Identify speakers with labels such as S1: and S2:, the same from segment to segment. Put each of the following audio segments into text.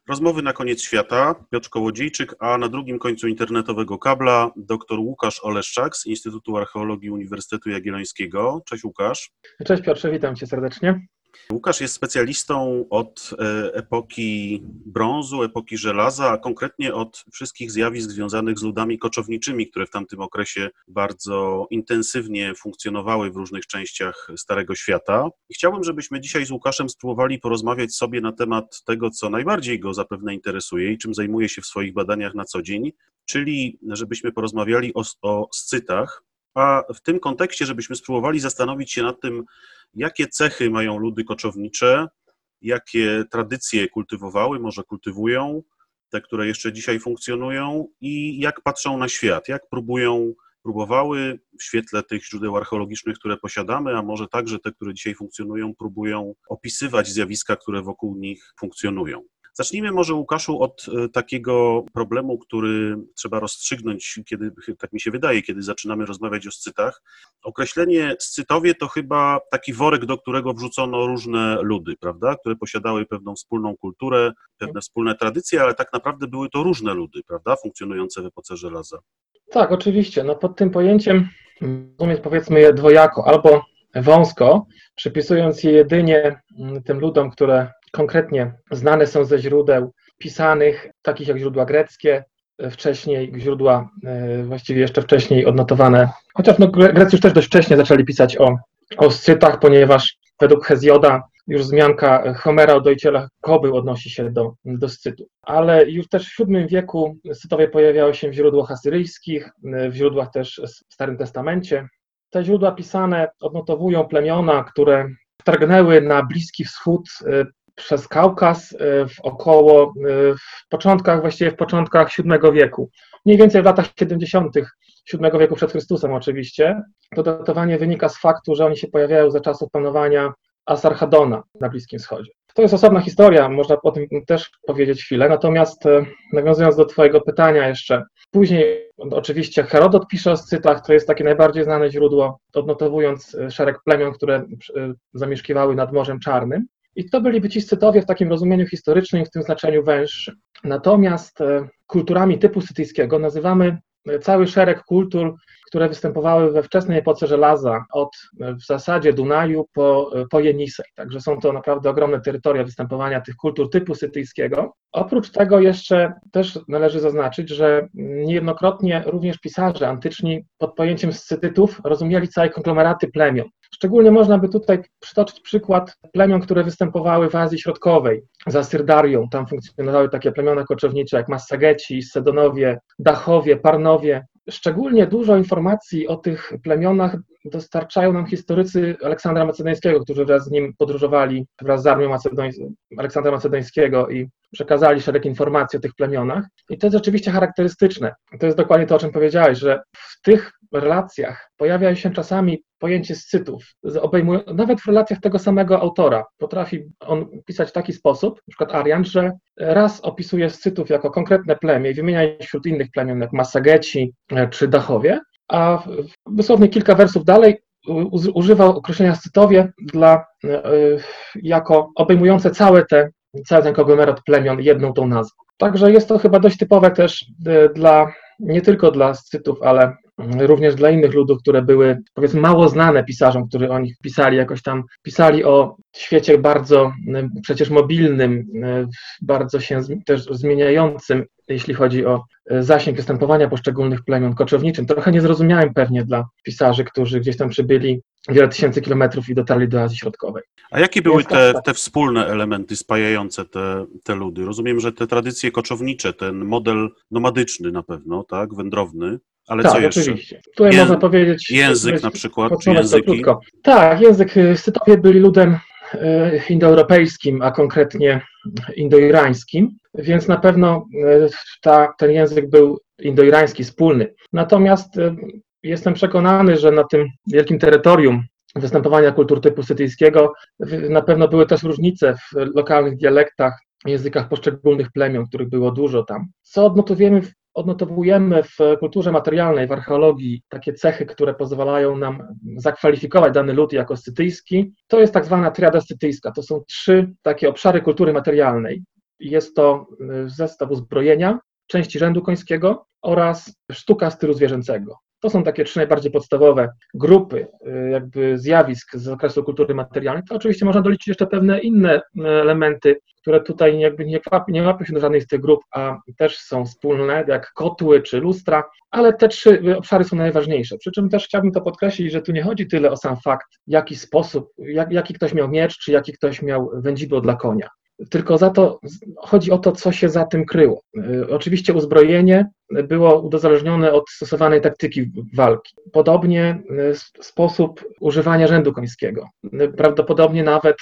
S1: Rozmowy na koniec świata, Piotr Kołodziejczyk, a na drugim końcu internetowego kabla dr Łukasz Oleszczak z Instytutu Archeologii Uniwersytetu Jagiellońskiego. Cześć Łukasz.
S2: Cześć Piotrze, witam Cię serdecznie.
S1: Łukasz jest specjalistą od epoki brązu, epoki żelaza, a konkretnie od wszystkich zjawisk związanych z ludami koczowniczymi, które w tamtym okresie bardzo intensywnie funkcjonowały w różnych częściach Starego Świata. I chciałbym, żebyśmy dzisiaj z Łukaszem spróbowali porozmawiać sobie na temat tego, co najbardziej go zapewne interesuje i czym zajmuje się w swoich badaniach na co dzień, czyli żebyśmy porozmawiali o scytach, a w tym kontekście, żebyśmy spróbowali zastanowić się nad tym, jakie cechy mają ludy koczownicze, jakie tradycje kultywowały, może kultywują, te, które jeszcze dzisiaj funkcjonują i jak patrzą na świat, jak próbowały w świetle tych źródeł archeologicznych, które posiadamy, a może także te, które dzisiaj funkcjonują, próbują opisywać zjawiska, które wokół nich funkcjonują. Zacznijmy może, Łukaszu, od takiego problemu, który trzeba rozstrzygnąć, kiedy, tak mi się wydaje, kiedy zaczynamy rozmawiać o scytach. Określenie scytowie to chyba taki worek, do którego wrzucono różne ludy, prawda, które posiadały pewną wspólną kulturę, pewne wspólne tradycje, ale tak naprawdę były to różne ludy, prawda, funkcjonujące w epoce żelaza.
S2: Tak, oczywiście. Pod tym pojęciem rozumieć, powiedzmy je dwojako, albo wąsko, przypisując je jedynie tym ludom, które konkretnie znane są ze źródeł pisanych, takich jak źródła greckie, wcześniej źródła właściwie jeszcze wcześniej odnotowane, chociaż Grecy już też dość wcześnie zaczęli pisać o scytach, ponieważ według Hezjoda już wzmianka Homera o dojicielach kobył odnosi się do scytu. Ale już też w VII wieku scytowie pojawiały się w źródłach asyryjskich, w źródłach też w Starym Testamencie. Te źródła pisane odnotowują plemiona, które wtargnęły na Bliski Wschód przez Kaukaz w początkach VII wieku. Mniej więcej w latach 70. VII wieku przed Chrystusem oczywiście. To datowanie wynika z faktu, że oni się pojawiają za czasów panowania Asarhadona na Bliskim Wschodzie. To jest osobna historia, można o tym też powiedzieć chwilę, natomiast nawiązując do Twojego pytania jeszcze, później oczywiście Herodot pisze o scytach, to jest takie najbardziej znane źródło, odnotowując szereg plemion, które zamieszkiwały nad Morzem Czarnym. I to byliby ci scytowie w takim rozumieniu historycznym, w tym znaczeniu węższym. Natomiast kulturami typu scytyjskiego nazywamy cały szereg kultur, które występowały we wczesnej epoce żelaza, od w zasadzie Dunaju po Jenisej. Także są to naprawdę ogromne terytoria występowania tych kultur typu scytyjskiego. Oprócz tego jeszcze też należy zaznaczyć, że niejednokrotnie również pisarze antyczni pod pojęciem scytytów rozumieli całe konglomeraty plemion. Szczególnie można by tutaj przytoczyć przykład plemion, które występowały w Azji Środkowej, za Syrdarią. Tam funkcjonowały takie plemiona koczownicze jak Massageci, Sedonowie, Dachowie, Parnowie. Szczególnie dużo informacji o tych plemionach dostarczają nam historycy Aleksandra Macedońskiego, którzy wraz z nim podróżowali, wraz z armią Aleksandra Macedońskiego i przekazali szereg informacji o tych plemionach. I to jest rzeczywiście charakterystyczne. To jest dokładnie to, o czym powiedziałeś, że w tych relacjach pojawia się czasami pojęcie scytów. Nawet w relacjach tego samego autora potrafi on pisać w taki sposób, na przykład Arian, że raz opisuje scytów jako konkretne plemię i wymienia je wśród innych plemion, jak Massageci czy Dachowie, a dosłownie kilka wersów dalej używa określenia scytowie jako obejmujące cały ten konglomerat plemion jedną tą nazwą. Także jest to chyba dość typowe też nie tylko dla scytów, ale również dla innych ludów, które były, powiedzmy, mało znane pisarzom, którzy o nich pisali, jakoś tam pisali o świecie bardzo przecież mobilnym, bardzo się też zmieniającym, jeśli chodzi o zasięg występowania poszczególnych plemion koczowniczym. Trochę niezrozumiałym pewnie dla pisarzy, którzy gdzieś tam przybyli wiele tysięcy kilometrów i dotarli do Azji Środkowej.
S1: A jakie były te wspólne elementy spajające te ludy? Rozumiem, że te tradycje koczownicze, ten model nomadyczny na pewno, tak, wędrowny, ale
S2: tak,
S1: co jeszcze?
S2: Oczywiście. Tutaj można powiedzieć...
S1: Język na przykład, czy języki?
S2: Tak, Scytowie byli ludem indoeuropejskim, a konkretnie indoirańskim, więc na pewno ten język był indoirański, wspólny. Natomiast jestem przekonany, że na tym wielkim terytorium występowania kultur typu scytyjskiego na pewno były też różnice w lokalnych dialektach, językach poszczególnych plemion, których było dużo tam. Co odnotowujemy w kulturze materialnej, w archeologii, takie cechy, które pozwalają nam zakwalifikować dany lud jako scytyjski, to jest tak zwana triada scytyjska. To są 3 takie obszary kultury materialnej. jest to zestaw uzbrojenia, części rzędu końskiego oraz sztuka stylu zwierzęcego. To są takie 3 najbardziej podstawowe grupy jakby zjawisk z okresu kultury materialnej. To oczywiście można doliczyć jeszcze pewne inne elementy, które tutaj jakby nie łapią się do żadnej z tych grup, a też są wspólne, jak kotły czy lustra, ale te 3 obszary są najważniejsze. Przy czym też chciałbym to podkreślić, że tu nie chodzi tyle o sam fakt, jaki sposób, jaki ktoś miał miecz, czy jaki ktoś miał wędzidło dla konia. Tylko chodzi o to, co się za tym kryło. Oczywiście uzbrojenie było uzależnione od stosowanej taktyki walki. Podobnie sposób używania rzędu końskiego. Prawdopodobnie nawet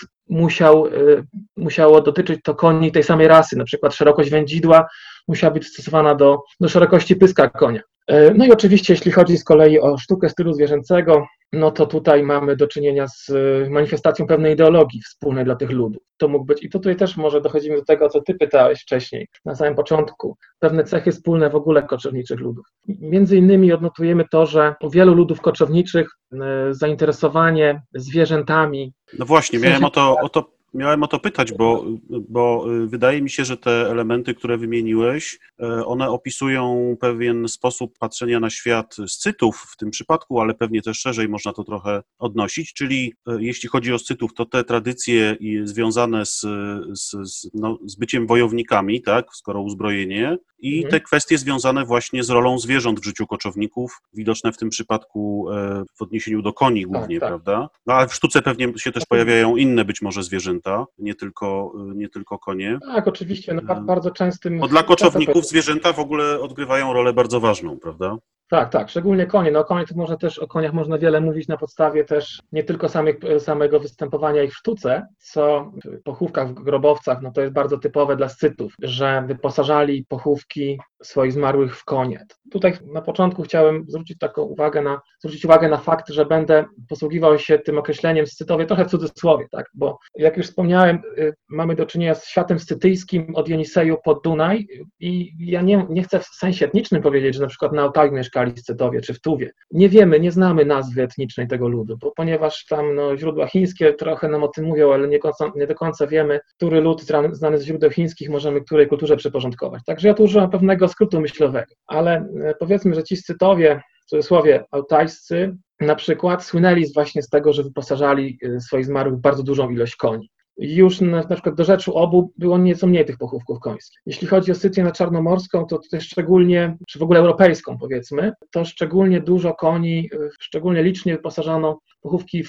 S2: musiało dotyczyć to koni tej samej rasy. Na przykład szerokość wędzidła musiała być stosowana do szerokości pyska konia. No i oczywiście, jeśli chodzi z kolei o sztukę stylu zwierzęcego, no to tutaj mamy do czynienia z manifestacją pewnej ideologii wspólnej dla tych ludów. To mógł być, i tutaj też może dochodzimy do tego, co ty pytałeś wcześniej, na samym początku, pewne cechy wspólne w ogóle koczowniczych ludów. Między innymi odnotujemy to, że u wielu ludów koczowniczych zainteresowanie zwierzętami...
S1: No właśnie, miałem o to pytać, bo wydaje mi się, że te elementy, które wymieniłeś, one opisują pewien sposób patrzenia na świat Scytów w tym przypadku, ale pewnie też szerzej można to trochę odnosić, czyli jeśli chodzi o Scytów, to te tradycje związane z byciem wojownikami, tak, skoro uzbrojenie, i te kwestie związane właśnie z rolą zwierząt w życiu koczowników, widoczne w tym przypadku w odniesieniu do koni głównie, tak. Prawda? No ale w sztuce pewnie się też pojawiają inne być może zwierzęta, nie tylko konie.
S2: Tak, oczywiście, no bardzo częstym...
S1: Bo dla koczowników zwierzęta w ogóle odgrywają rolę bardzo ważną, prawda?
S2: Tak, szczególnie konie. No o koniach można wiele mówić na podstawie też nie tylko samego występowania ich w sztuce, co w pochówkach, w grobowcach, no to jest bardzo typowe dla Scytów, że wyposażali pochówki swoich zmarłych w konie. Tutaj na początku chciałem zwrócić uwagę na fakt, że będę posługiwał się tym określeniem scytowie trochę w cudzysłowie, tak? Bo jak już wspomniałem, mamy do czynienia z światem scytyjskim od Jeniseju pod Dunaj i ja nie chcę w sensie etnicznym powiedzieć, że na przykład na Altaju mieszkali Scytowie czy w Tuwie. Nie wiemy, nie znamy nazwy etnicznej tego ludu, ponieważ tam źródła chińskie trochę nam o tym mówią, ale nie do końca wiemy, który lud znany z źródeł chińskich możemy której kulturze przyporządkować. Także ja tu używam pewnego skrótu myślowego, ale powiedzmy, że ci Scytowie, w cudzysłowie altajscy, na przykład słynęli właśnie z tego, że wyposażali swoich zmarłych w bardzo dużą ilość koni. Już na przykład do Rzeszu Obu było nieco mniej tych pochówków końskich. Jeśli chodzi o Scytię czarnomorską, to tutaj szczególnie, czy w ogóle europejską powiedzmy, to szczególnie dużo koni, szczególnie licznie wyposażano pochówki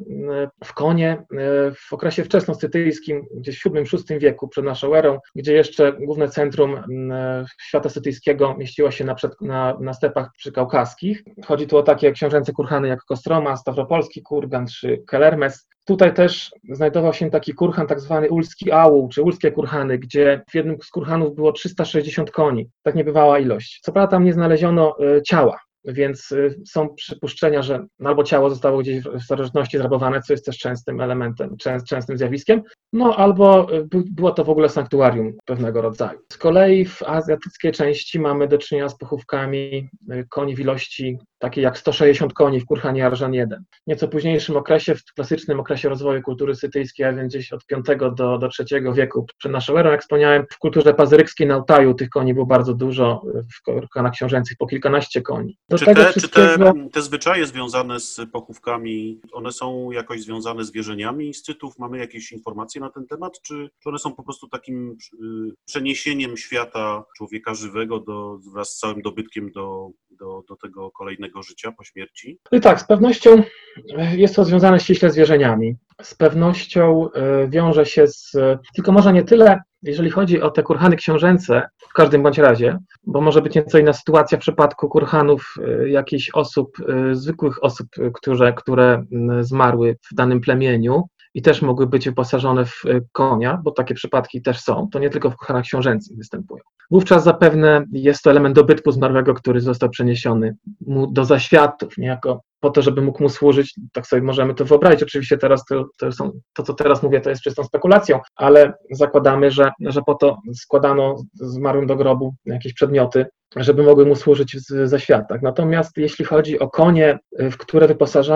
S2: w konie w okresie wczesnoscytyjskim, gdzieś w VII-VI wieku przed naszą erą, gdzie jeszcze główne centrum świata scytyjskiego mieściło się na stepach przykaukaskich. Chodzi tu o takie książęce kurhany jak Kostroma, Stawropolski kurgan czy Kelermes. Tutaj też znajdował się taki kurhan, tak zwany ulski aul, czy ulskie kurhany, gdzie w jednym z kurhanów było 360 koni. Tak niebywała ilość. Co prawda tam nie znaleziono ciała, więc są przypuszczenia, że albo ciało zostało gdzieś w starożytności zrabowane, co jest też częstym elementem, częstym zjawiskiem, no albo było to w ogóle sanktuarium pewnego rodzaju. Z kolei w azjatyckiej części mamy do czynienia z pochówkami koni w ilości takiej jak 160 koni w kurhanie Arżan I. W nieco późniejszym okresie, w klasycznym okresie rozwoju kultury scytyjskiej, a więc gdzieś od V do III wieku przed naszą erą, jak wspomniałem, w kulturze pazyrykskiej na Altaju tych koni było bardzo dużo, w kurhanach książęcych po kilkanaście koni.
S1: Czy te zwyczaje związane z pochówkami, one są jakoś związane z wierzeniami Scytów? Mamy jakieś informacje na ten temat, czy one są po prostu takim przeniesieniem świata człowieka żywego wraz z całym dobytkiem do tego kolejnego życia po śmierci?
S2: I tak, z pewnością jest to związane ściśle z wierzeniami. Z pewnością wiąże się tylko może nie tyle, jeżeli chodzi o te kurhany książęce, w każdym bądź razie, bo może być nieco inna sytuacja w przypadku kurhanów jakichś osób, zwykłych osób, które zmarły w danym plemieniu i też mogły być wyposażone w konia, bo takie przypadki też są, to nie tylko w kurhanach książęcych występują. Wówczas zapewne jest to element dobytku zmarłego, który został przeniesiony mu do zaświatów, niejako po to, żeby mógł mu służyć. Tak sobie możemy to wyobrazić. Oczywiście teraz to, co teraz mówię, to jest czystą spekulacją, ale zakładamy, że po to składano zmarłym do grobu jakieś przedmioty, żeby mogły mu służyć w zaświatach. Natomiast jeśli chodzi o konie, w które wyposażano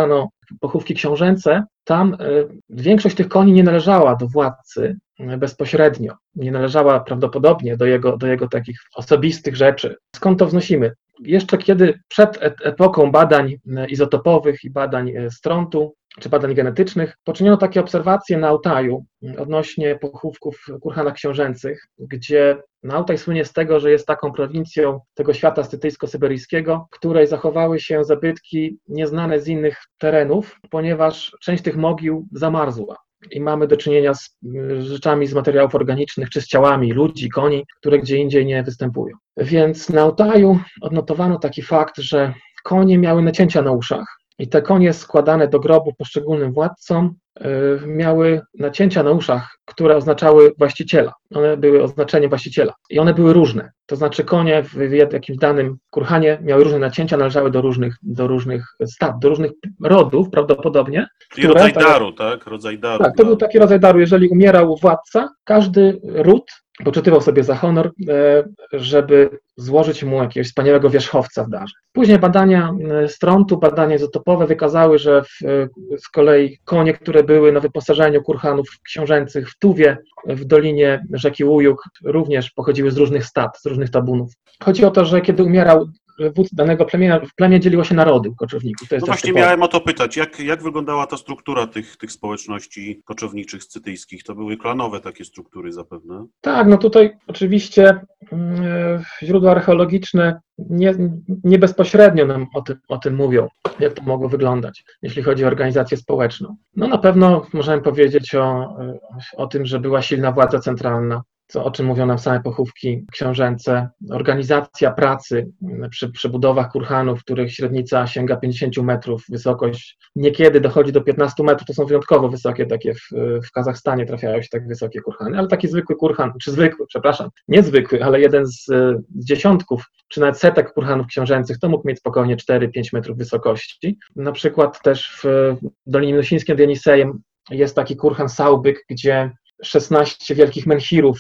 S2: pochówki książęce, tam większość tych koni nie należała do władcy bezpośrednio, nie należała prawdopodobnie do jego takich osobistych rzeczy. Skąd to wznosimy? Jeszcze kiedy przed epoką badań izotopowych i badań strontu, czy badań genetycznych, poczyniono takie obserwacje na Altaju odnośnie pochówków w kurhanach książęcych, gdzie Altaj słynie z tego, że jest taką prowincją tego świata scytyjsko-syberyjskiego, w której zachowały się zabytki nieznane z innych terenów, ponieważ część tych mogił zamarzła. I mamy do czynienia z rzeczami z materiałów organicznych, czy z ciałami ludzi, koni, które gdzie indziej nie występują. Więc na Altaju odnotowano taki fakt, że konie miały nacięcia na uszach i te konie składane do grobu poszczególnym władcom miały nacięcia na uszach, które oznaczały właściciela. One były oznaczeniem właściciela i one były różne. To znaczy konie w jakimś danym kurhanie miały różne nacięcia, należały do różnych stad, do różnych rodów prawdopodobnie.
S1: Czyli rodzaj daru, tak? Rodzaj daru.
S2: Tak, to był taki rodzaj daru. Jeżeli umierał władca, każdy ród poczytywał sobie za honor, żeby złożyć mu jakiegoś wspaniałego wierzchowca w darze. Później badania strontu, badania izotopowe wykazały, że z kolei konie, które były na wyposażeniu kurhanów książęcych w Tuwie, w dolinie rzeki Ujuk, również pochodziły z różnych stad, z różnych tabunów. Chodzi o to, że kiedy umierał wódz danego plemienia, w plemię dzieliło się narody koczowników. To jest
S1: no właśnie miałem o to pytać, jak wyglądała ta struktura tych społeczności koczowniczych scytyjskich? To były klanowe takie struktury zapewne?
S2: Tak, no tutaj oczywiście źródła archeologiczne nie bezpośrednio nam o tym mówią, jak to mogło wyglądać, jeśli chodzi o organizację społeczną. No na pewno możemy powiedzieć o tym, że była silna władza centralna, o czym mówią nam same pochówki książęce, organizacja pracy przy budowach kurhanów, których średnica sięga 50 metrów, wysokość niekiedy dochodzi do 15 metrów, to są wyjątkowo wysokie, takie w Kazachstanie trafiają się tak wysokie kurhany, ale taki zwykły kurhan, niezwykły, ale jeden z dziesiątków, czy nawet setek kurhanów książęcych, to mógł mieć spokojnie 4-5 metrów wysokości. Na przykład też w Dolinie Minusińskiej nad Jenisejem jest taki kurhan Saubyk, gdzie 16 wielkich menhirów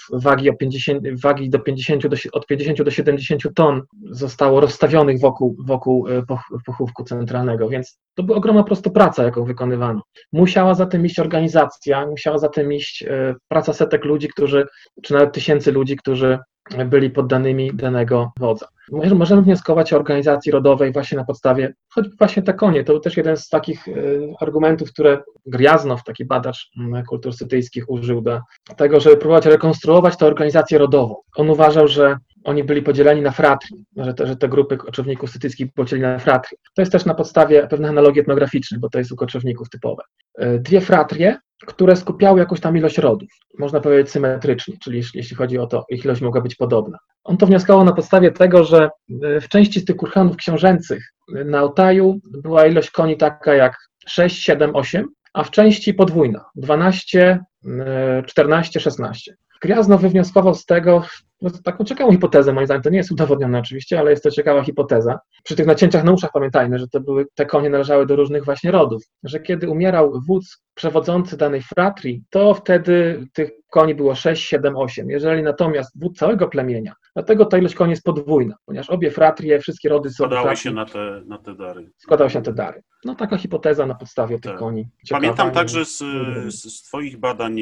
S2: wagi od 50 do 70 ton zostało rozstawionych wokół pochówku centralnego, więc to była ogromna praca, jaką wykonywano. Musiała za tym iść organizacja, musiała za tym iść praca setek ludzi, czy nawet tysięcy ludzi, którzy byli poddanymi danego wodza. Możemy wnioskować o organizacji rodowej właśnie na podstawie, choćby właśnie te konie. To był też jeden z takich argumentów, które Grjaznow, taki badacz kultur scytyjskich, użył do tego, żeby próbować rekonstruować tę organizację rodową. On uważał, że oni byli podzieleni na fratrii, że te grupy koczowników scytyjskich podzielili na fratrii. To jest też na podstawie pewnych analogii etnograficznych, bo to jest u koczowników typowe. Dwie fratrie, które skupiały jakąś tam ilość rodów, można powiedzieć symetrycznie, czyli jeśli chodzi o to, ich ilość mogła być podobna. On to wnioskował na podstawie tego, że w części z tych kurhanów książęcych na Altaju była ilość koni taka jak 6, 7, 8, a w części podwójna, 12, 14, 16. Grjaznow wywnioskował z tego taką ciekawą hipotezę, moim zdaniem, to nie jest udowodnione oczywiście, ale jest to ciekawa hipoteza. Przy tych nacięciach na uszach pamiętajmy, że te konie należały do różnych właśnie rodów, że kiedy umierał wódz przewodzący danej fratrii, to wtedy tych koni było 6, 7, 8. Jeżeli natomiast wódz całego plemienia, dlatego ta ilość koni jest podwójna, ponieważ obie fratrie, wszystkie rody są
S1: składały się na te dary.
S2: Składały się na te dary. No taka hipoteza na podstawie tych koni.
S1: Pamiętam także z Twoich badań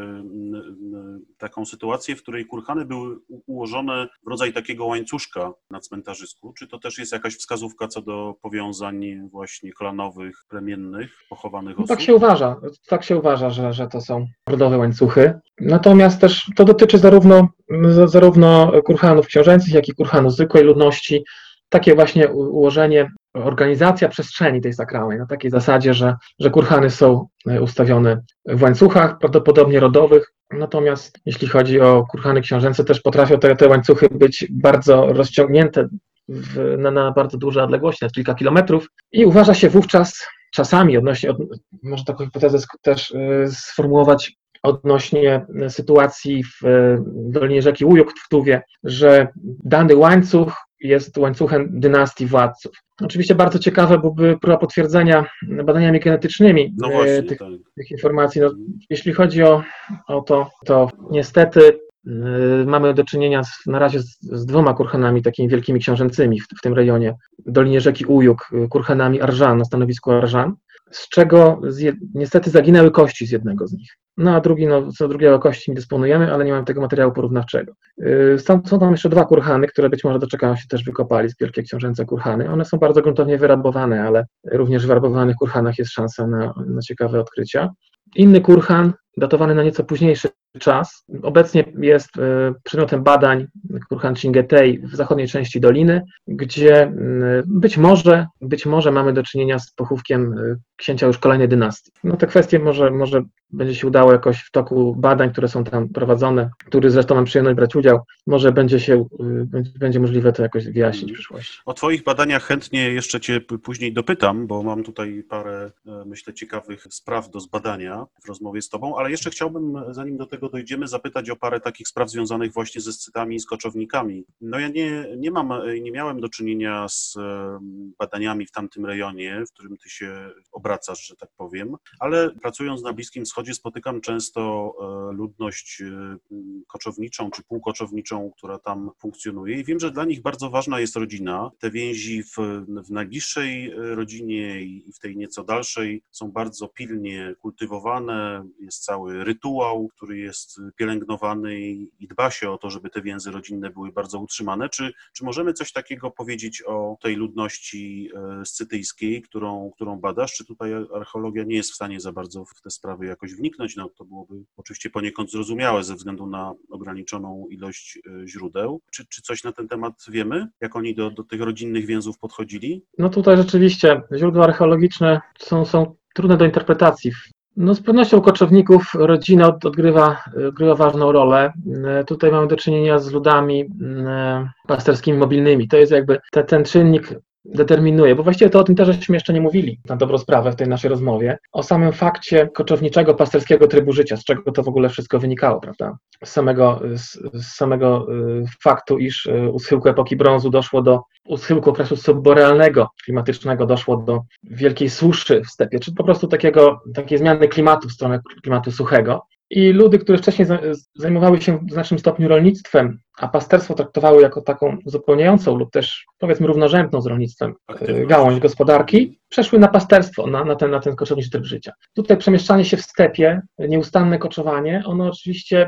S1: taką sytuację, w której kurhany były ułożone w rodzaj takiego łańcuszka na cmentarzysku. Czy to też jest jakaś wskazówka co do powiązań właśnie klanowych, plemiennych, pochowanych osób?
S2: Tak się uważa, że to są rodowe łańcuchy. Natomiast też to dotyczy zarówno kurhanów książęcych, jak i kurhanów zwykłej ludności. Takie właśnie ułożenie, organizacja przestrzeni tej sakralnej, na takiej zasadzie, że kurhany są ustawione w łańcuchach, prawdopodobnie rodowych. Natomiast jeśli chodzi o kurhany książęce, też potrafią te łańcuchy być bardzo rozciągnięte na bardzo duże odległości, na kilka kilometrów. I uważa się wówczas czasami może taką hipotezę też sformułować odnośnie sytuacji w dolinie rzeki Ujuk w Tuwie, że dany łańcuch jest łańcuchem dynastii władców. Oczywiście bardzo ciekawe byłby próba potwierdzenia badaniami genetycznymi tych informacji. No, jeśli chodzi o to niestety mamy do czynienia na razie z dwoma kurhanami takimi wielkimi książęcymi w tym rejonie, w dolinie rzeki Ujuk, kurhanami Arżan, na stanowisku Arżan. z czego niestety zaginęły kości z jednego z nich. No a drugi, co drugiego kości nie dysponujemy, ale nie mamy tego materiału porównawczego. Są tam jeszcze 2 kurhany, które być może doczekają się też wykopalisk, wielkie książęce kurhany. One są bardzo gruntownie wyrabowane, ale również w wyrabowanych kurhanach jest szansa na ciekawe odkrycia. Inny kurhan, datowany na nieco późniejszy czas, obecnie jest przedmiotem badań kurhan Chingetei w zachodniej części doliny, gdzie być może mamy do czynienia z pochówkiem księcia już kolejnej dynastii. No te kwestie może będzie się udało jakoś w toku badań, które są tam prowadzone, który zresztą mam przyjemność brać udział, może będzie możliwe to jakoś wyjaśnić w przyszłości.
S1: O Twoich badaniach chętnie jeszcze Cię później dopytam, bo mam tutaj parę, myślę, ciekawych spraw do zbadania w rozmowie z Tobą, ale jeszcze chciałbym, zanim do tego dojdziemy, zapytać o parę takich spraw związanych właśnie ze scytami i z koczownikami. No ja nie miałem do czynienia z badaniami w tamtym rejonie, w którym Ty się obracasz, że tak powiem, ale pracując na Bliskim Wschodzie spotykam często ludność koczowniczą czy półkoczowniczą, która tam funkcjonuje i wiem, że dla nich bardzo ważna jest rodzina. Te więzi w najbliższej rodzinie i w tej nieco dalszej są bardzo pilnie kultywowane, jest cały rytuał, który jest pielęgnowany i dba się o to, żeby te więzy rodzinne były bardzo utrzymane. Czy możemy coś takiego powiedzieć o tej ludności scytyjskiej, którą badasz? Czy tutaj archeologia nie jest w stanie za bardzo w te sprawy jakoś wniknąć? No to byłoby oczywiście poniekąd zrozumiałe ze względu na ograniczoną ilość źródeł. Czy coś na ten temat wiemy? Jak oni do tych rodzinnych więzów podchodzili?
S2: No tutaj rzeczywiście źródła archeologiczne są trudne do interpretacji. No z pewnością u koczowników rodzina odgrywa ważną rolę. Tutaj mamy do czynienia z ludami pasterskimi mobilnymi. To jest jakby ten czynnik determinuje, bo właściwie to o tym też żeśmy jeszcze nie mówili na dobrą sprawę w tej naszej rozmowie, o samym fakcie koczowniczego, pasterskiego trybu życia, z czego to w ogóle wszystko wynikało, prawda? Z samego faktu, iż u schyłku epoki brązu u schyłku okresu subborealnego, klimatycznego doszło do wielkiej suszy w stepie, czy po prostu takiej zmiany klimatu w stronę klimatu suchego. I ludy, które wcześniej zajmowały się w znacznym stopniu rolnictwem, a pasterstwo traktowały jako taką uzupełniającą lub też powiedzmy równorzędną z rolnictwem gałąź gospodarki, przeszły na pasterstwo, na ten koczowniczy tryb życia. Tutaj przemieszczanie się w stepie, nieustanne koczowanie, ono oczywiście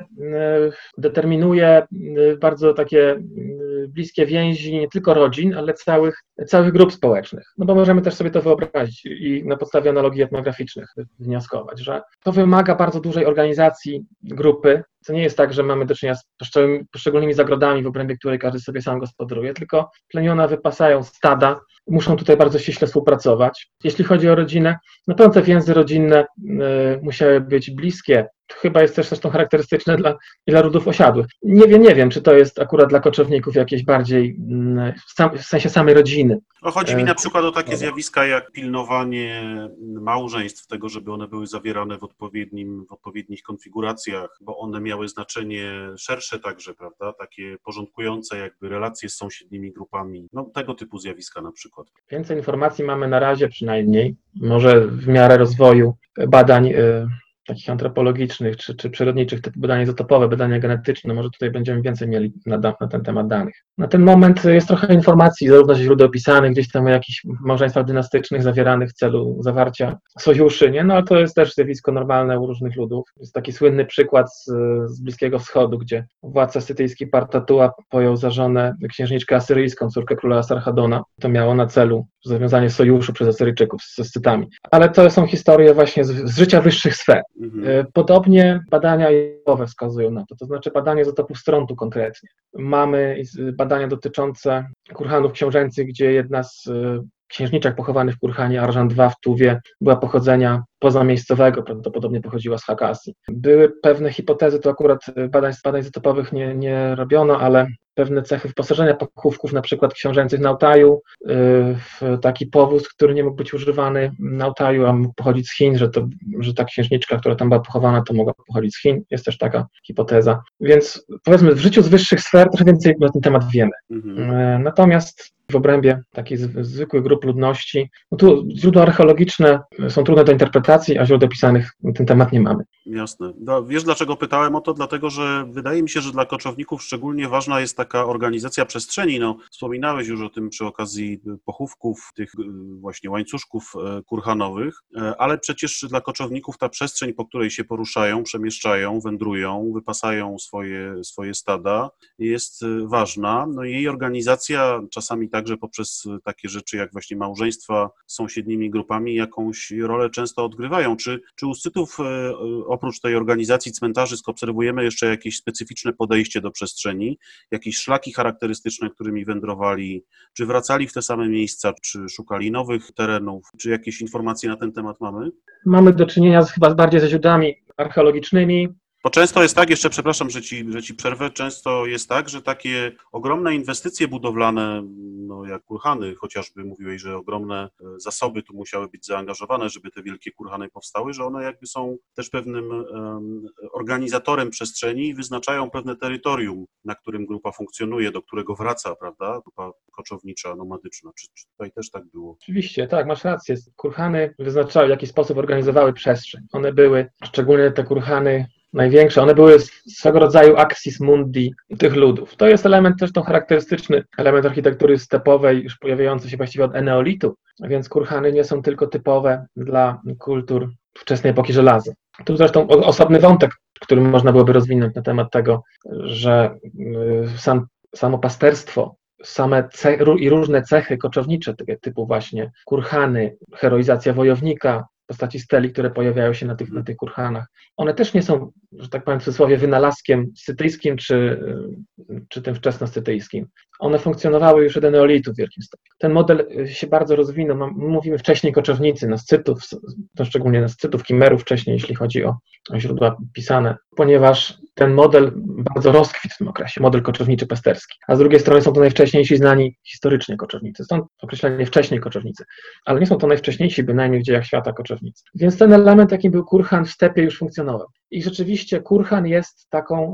S2: determinuje bardzo takie bliskie więzi nie tylko rodzin, ale całych grup społecznych. No bo możemy też sobie to wyobrazić i na podstawie analogii etnograficznych wnioskować, że to wymaga bardzo dużej organizacji grupy. To nie jest tak, że mamy do czynienia z poszczególnymi zagrodami, w obrębie której każdy sobie sam gospodaruje, tylko plemiona wypasają stada, muszą tutaj bardzo ściśle współpracować. Jeśli chodzi o rodzinę, na pewno te więzy rodzinne musiały być bliskie. To chyba jest też zresztą charakterystyczne dla ludów osiadłych. Nie wiem, czy to jest akurat dla koczowników jakieś bardziej w sensie samej rodziny.
S1: No, chodzi mi na przykład o takie zjawiska jak pilnowanie małżeństw, tego, żeby one były zawierane w odpowiednich konfiguracjach, bo one miały znaczenie szersze także, prawda, takie porządkujące jakby relacje z sąsiednimi grupami, no tego typu zjawiska na przykład.
S2: Więcej informacji mamy na razie przynajmniej, może w miarę rozwoju badań takich antropologicznych czy przyrodniczych, typu badania izotopowe, badania genetyczne, może tutaj będziemy więcej mieli na ten temat danych. Na ten moment jest trochę informacji, zarówno ze źródeł pisanych, gdzieś tam o jakichś małżeństwach dynastycznych zawieranych w celu zawarcia sojuszy, nie? No ale to jest też zjawisko normalne u różnych ludów. Jest taki słynny przykład z Bliskiego Wschodu, gdzie władca scytyjski Partatua pojął za żonę księżniczkę asyryjską, córkę króla Asarhadona. To miało na celu zawiązanie sojuszu przez Asyryjczyków ze Scytami. Ale to są historie właśnie z życia wyższych sfer. Podobnie badania izotopowe wskazują na to znaczy badania izotopów strontu konkretnie. Mamy badania dotyczące kurhanów książęcych, gdzie jedna z księżniczek pochowanych w kurhanie Arżan II w Tuwie była pochodzenia pozamiejscowego, prawdopodobnie pochodziła z Hakasji. Były pewne hipotezy, to akurat badań izotopowych nie robiono, ale pewne cechy wyposażenia pochówków, na przykład książęcych na Altaju, w taki powóz, który nie mógł być używany na Altaju, a mógł pochodzić z Chin, że ta księżniczka, która tam była pochowana, to mogła pochodzić z Chin. Jest też taka hipoteza. Więc powiedzmy, w życiu z wyższych sfer trochę więcej na ten temat wiemy. Natomiast w obrębie takich zwykłych grup ludności. No tu źródła archeologiczne są trudne do interpretacji, a źródeł pisanych na ten temat nie mamy.
S1: Jasne. Wiesz, dlaczego pytałem o to? Dlatego, że wydaje mi się, że dla koczowników szczególnie ważna jest taka organizacja przestrzeni. No, wspominałeś już o tym przy okazji pochówków, tych właśnie łańcuszków kurhanowych, ale przecież dla koczowników ta przestrzeń, po której się poruszają, przemieszczają, wędrują, wypasają swoje stada, jest ważna. No i jej organizacja czasami także poprzez takie rzeczy jak właśnie małżeństwa z sąsiednimi grupami jakąś rolę często odgrywają. Czy u Scytów oprócz tej organizacji cmentarzysk obserwujemy jeszcze jakieś specyficzne podejście do przestrzeni, jakieś szlaki charakterystyczne, którymi wędrowali, czy wracali w te same miejsca, czy szukali nowych terenów, czy jakieś informacje na ten temat mamy?
S2: Mamy do czynienia chyba bardziej ze źródłami archeologicznymi.
S1: Bo często jest tak, jeszcze przepraszam, że ci przerwę, często jest tak, że takie ogromne inwestycje budowlane, no jak kurhany, chociażby mówiłeś, że ogromne zasoby tu musiały być zaangażowane, żeby te wielkie kurhany powstały, że one jakby są też pewnym organizatorem przestrzeni i wyznaczają pewne terytorium, na którym grupa funkcjonuje, do którego wraca, prawda, grupa koczownicza, nomadyczna. Czy tutaj też tak było?
S2: Oczywiście, tak, masz rację. Kurhany wyznaczały, w jaki sposób organizowały przestrzeń. One były, szczególnie te kurhany największe, one były swego rodzaju axis mundi tych ludów. To jest element też charakterystyczny, element architektury stepowej, już pojawiający się właściwie od eneolitu, więc kurhany nie są tylko typowe dla kultur wczesnej epoki żelaza. Tu zresztą osobny wątek, który można byłoby rozwinąć na temat tego, że samo pasterstwo, i różne cechy koczownicze, typu właśnie kurhany, heroizacja wojownika, postaci steli, które pojawiają się na tych kurhanach. One też nie są, że tak powiem w cudzysłowie, wynalazkiem scytyjskim czy tym wczesnoscytyjskim. One funkcjonowały już od eneolitu w wielkim stopniu. Ten model się bardzo rozwinął. Mówimy wcześniej koczownicy, na Scytów, to szczególnie na Scytów, Kimerów wcześniej, jeśli chodzi o źródła pisane, ponieważ ten model bardzo rozkwitł w tym okresie, model koczowniczy pasterski. A z drugiej strony są to najwcześniejsi znani historycznie koczownicy. Stąd określenie wcześniej koczownicy. Ale nie są to najwcześniejsi bynajmniej w dziejach świata koczownicy. Więc ten element, jakim był kurhan w stepie, już funkcjonował. I rzeczywiście kurhan jest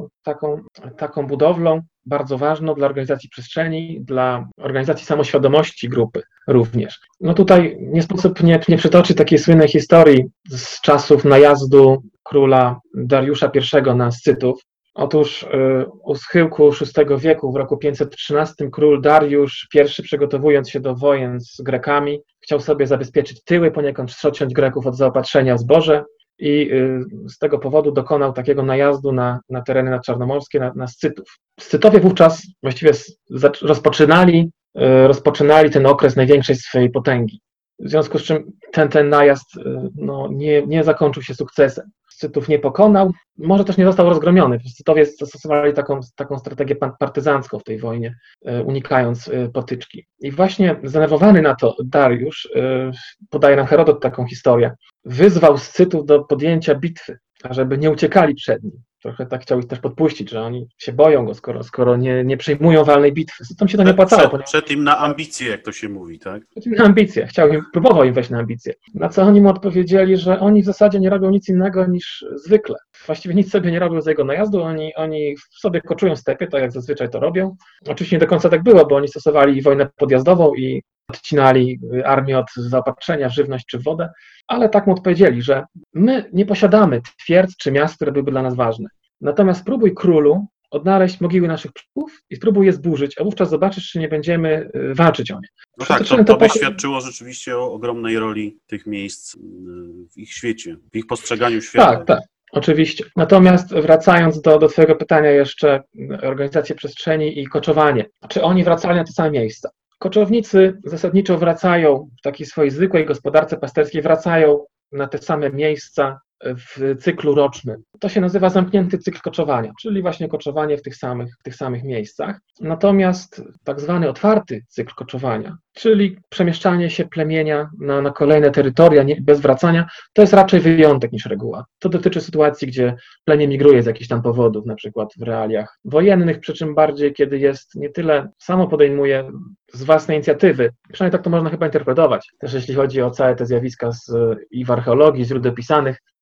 S2: taką budowlą bardzo ważną dla organizacji przestrzeni, dla organizacji samoświadomości grupy również. No tutaj nie sposób nie przytoczyć takiej słynnej historii z czasów najazdu króla Dariusza I na Scytów. Otóż u schyłku VI wieku, w roku 513, król Dariusz I, przygotowując się do wojen z Grekami, chciał sobie zabezpieczyć tyły, poniekąd wstrzociąć Greków od zaopatrzenia w zboże i z tego powodu dokonał takiego najazdu na tereny nadczarnomorskie, na Scytów. Scytowie wówczas właściwie rozpoczynali ten okres największej swojej potęgi. W związku z czym ten najazd nie zakończył się sukcesem. Scytów nie pokonał, może też nie został rozgromiony. Scytowie zastosowali taką strategię partyzancką w tej wojnie, unikając potyczki. I właśnie zdenerwowany na to Dariusz, podaje nam Herodot taką historię, wyzwał Scytów do podjęcia bitwy, ażeby nie uciekali przed nim. Trochę tak chciał ich też podpuścić, że oni się boją go, skoro nie przyjmują walnej bitwy. Scytom się to nie opłacało.
S1: Przed im na ambicje, jak to się mówi, tak?
S2: Przed im na ambicje. Próbował im wejść na ambicje. Na co oni mu odpowiedzieli, że oni w zasadzie nie robią nic innego niż zwykle. Właściwie nic sobie nie robią z jego najazdu, oni sobie koczują w stepie, tak jak zazwyczaj to robią. Oczywiście nie do końca tak było, bo oni stosowali wojnę podjazdową i odcinali armię od zaopatrzenia w żywność czy w wodę, ale tak mu odpowiedzieli, że my nie posiadamy twierdz czy miast, które byłyby dla nas ważne. Natomiast spróbuj, królu, odnaleźć mogiły naszych przodków i spróbuj je zburzyć, a wówczas zobaczysz, czy nie będziemy walczyć o nie.
S1: No tak, to by świadczyło rzeczywiście o ogromnej roli tych miejsc w ich świecie, w ich postrzeganiu świata.
S2: Tak. Oczywiście. Natomiast wracając do Twojego pytania jeszcze, organizację przestrzeni i koczowanie. Czy oni wracali na te same miejsca? Koczownicy zasadniczo wracają w takiej swojej zwykłej gospodarce pasterskiej, wracają na te same miejsca w cyklu rocznym. To się nazywa zamknięty cykl koczowania, czyli właśnie koczowanie w tych samych miejscach. Natomiast tak zwany otwarty cykl koczowania, czyli przemieszczanie się plemienia na kolejne terytoria bez wracania, to jest raczej wyjątek niż reguła. To dotyczy sytuacji, gdzie plemię migruje z jakichś tam powodów, na przykład w realiach wojennych, przy czym bardziej, kiedy jest nie tyle samo podejmuje z własnej inicjatywy, przynajmniej tak to można chyba interpretować, też jeśli chodzi o całe te zjawiska i w archeologii, źródeł pisanych,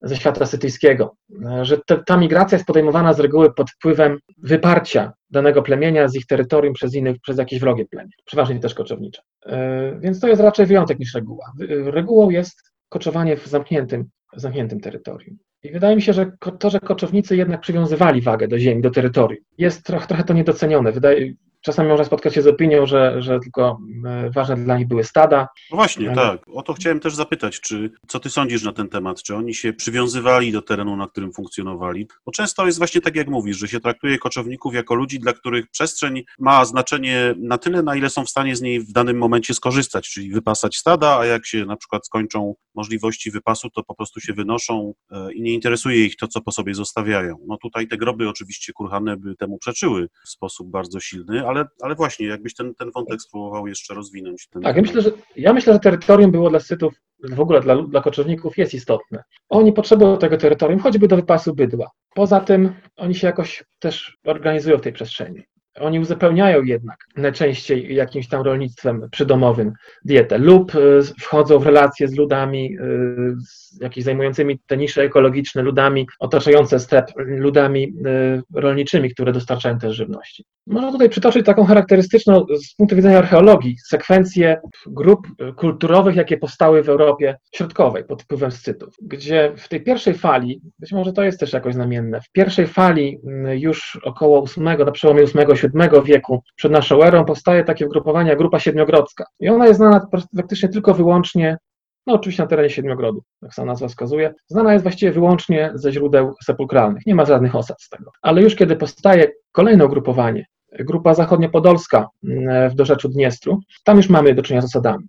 S2: ze świata scytyjskiego, że ta migracja jest podejmowana z reguły pod wpływem wyparcia danego plemienia z ich terytorium przez jakieś wrogie plemię, przeważnie też koczownicze. Więc to jest raczej wyjątek niż reguła. Regułą jest koczowanie w zamkniętym terytorium. I wydaje mi się, że to, że koczownicy jednak przywiązywali wagę do ziemi, do terytorium, jest trochę to niedocenione. Czasami można spotkać się z opinią, że tylko ważne dla nich były stada.
S1: No właśnie, tak. O to chciałem też zapytać, co ty sądzisz na ten temat? Czy oni się przywiązywali do terenu, na którym funkcjonowali? Bo często jest właśnie tak, jak mówisz, że się traktuje koczowników jako ludzi, dla których przestrzeń ma znaczenie na tyle, na ile są w stanie z niej w danym momencie skorzystać, czyli wypasać stada, a jak się na przykład skończą możliwości wypasu, to po prostu się wynoszą i nie interesuje ich to, co po sobie zostawiają. No tutaj te groby oczywiście kurhane by temu przeczyły w sposób bardzo silny, ale właśnie, jakbyś ten wątek spróbował jeszcze rozwinąć.
S2: Tak, ja myślę, że terytorium było dla Scytów, w ogóle dla koczowników jest istotne. Oni potrzebują tego terytorium, choćby do wypasu bydła. Poza tym oni się jakoś też organizują w tej przestrzeni. Oni uzupełniają jednak najczęściej jakimś tam rolnictwem przydomowym dietę lub wchodzą w relacje z ludami jakimiś zajmującymi te nisze ekologiczne, ludami otaczające step, ludami rolniczymi, które dostarczają też żywności. Można tutaj przytoczyć taką charakterystyczną z punktu widzenia archeologii sekwencję grup kulturowych, jakie powstały w Europie Środkowej pod wpływem Scytów, gdzie w tej pierwszej fali, być może to jest też jakoś znamienne, w pierwszej fali już około na przełomie VIII VII wieku przed naszą erą powstaje takie ugrupowanie jak Grupa Siedmiogrodzka. I ona jest znana praktycznie tylko wyłącznie, no oczywiście na terenie Siedmiogrodu, jak sama nazwa wskazuje, znana jest właściwie wyłącznie ze źródeł sepulkralnych, nie ma żadnych osad z tego. Ale już kiedy powstaje kolejne ugrupowanie, Grupa Zachodniopodolska w dorzeczu Dniestru, tam już mamy do czynienia z osadami.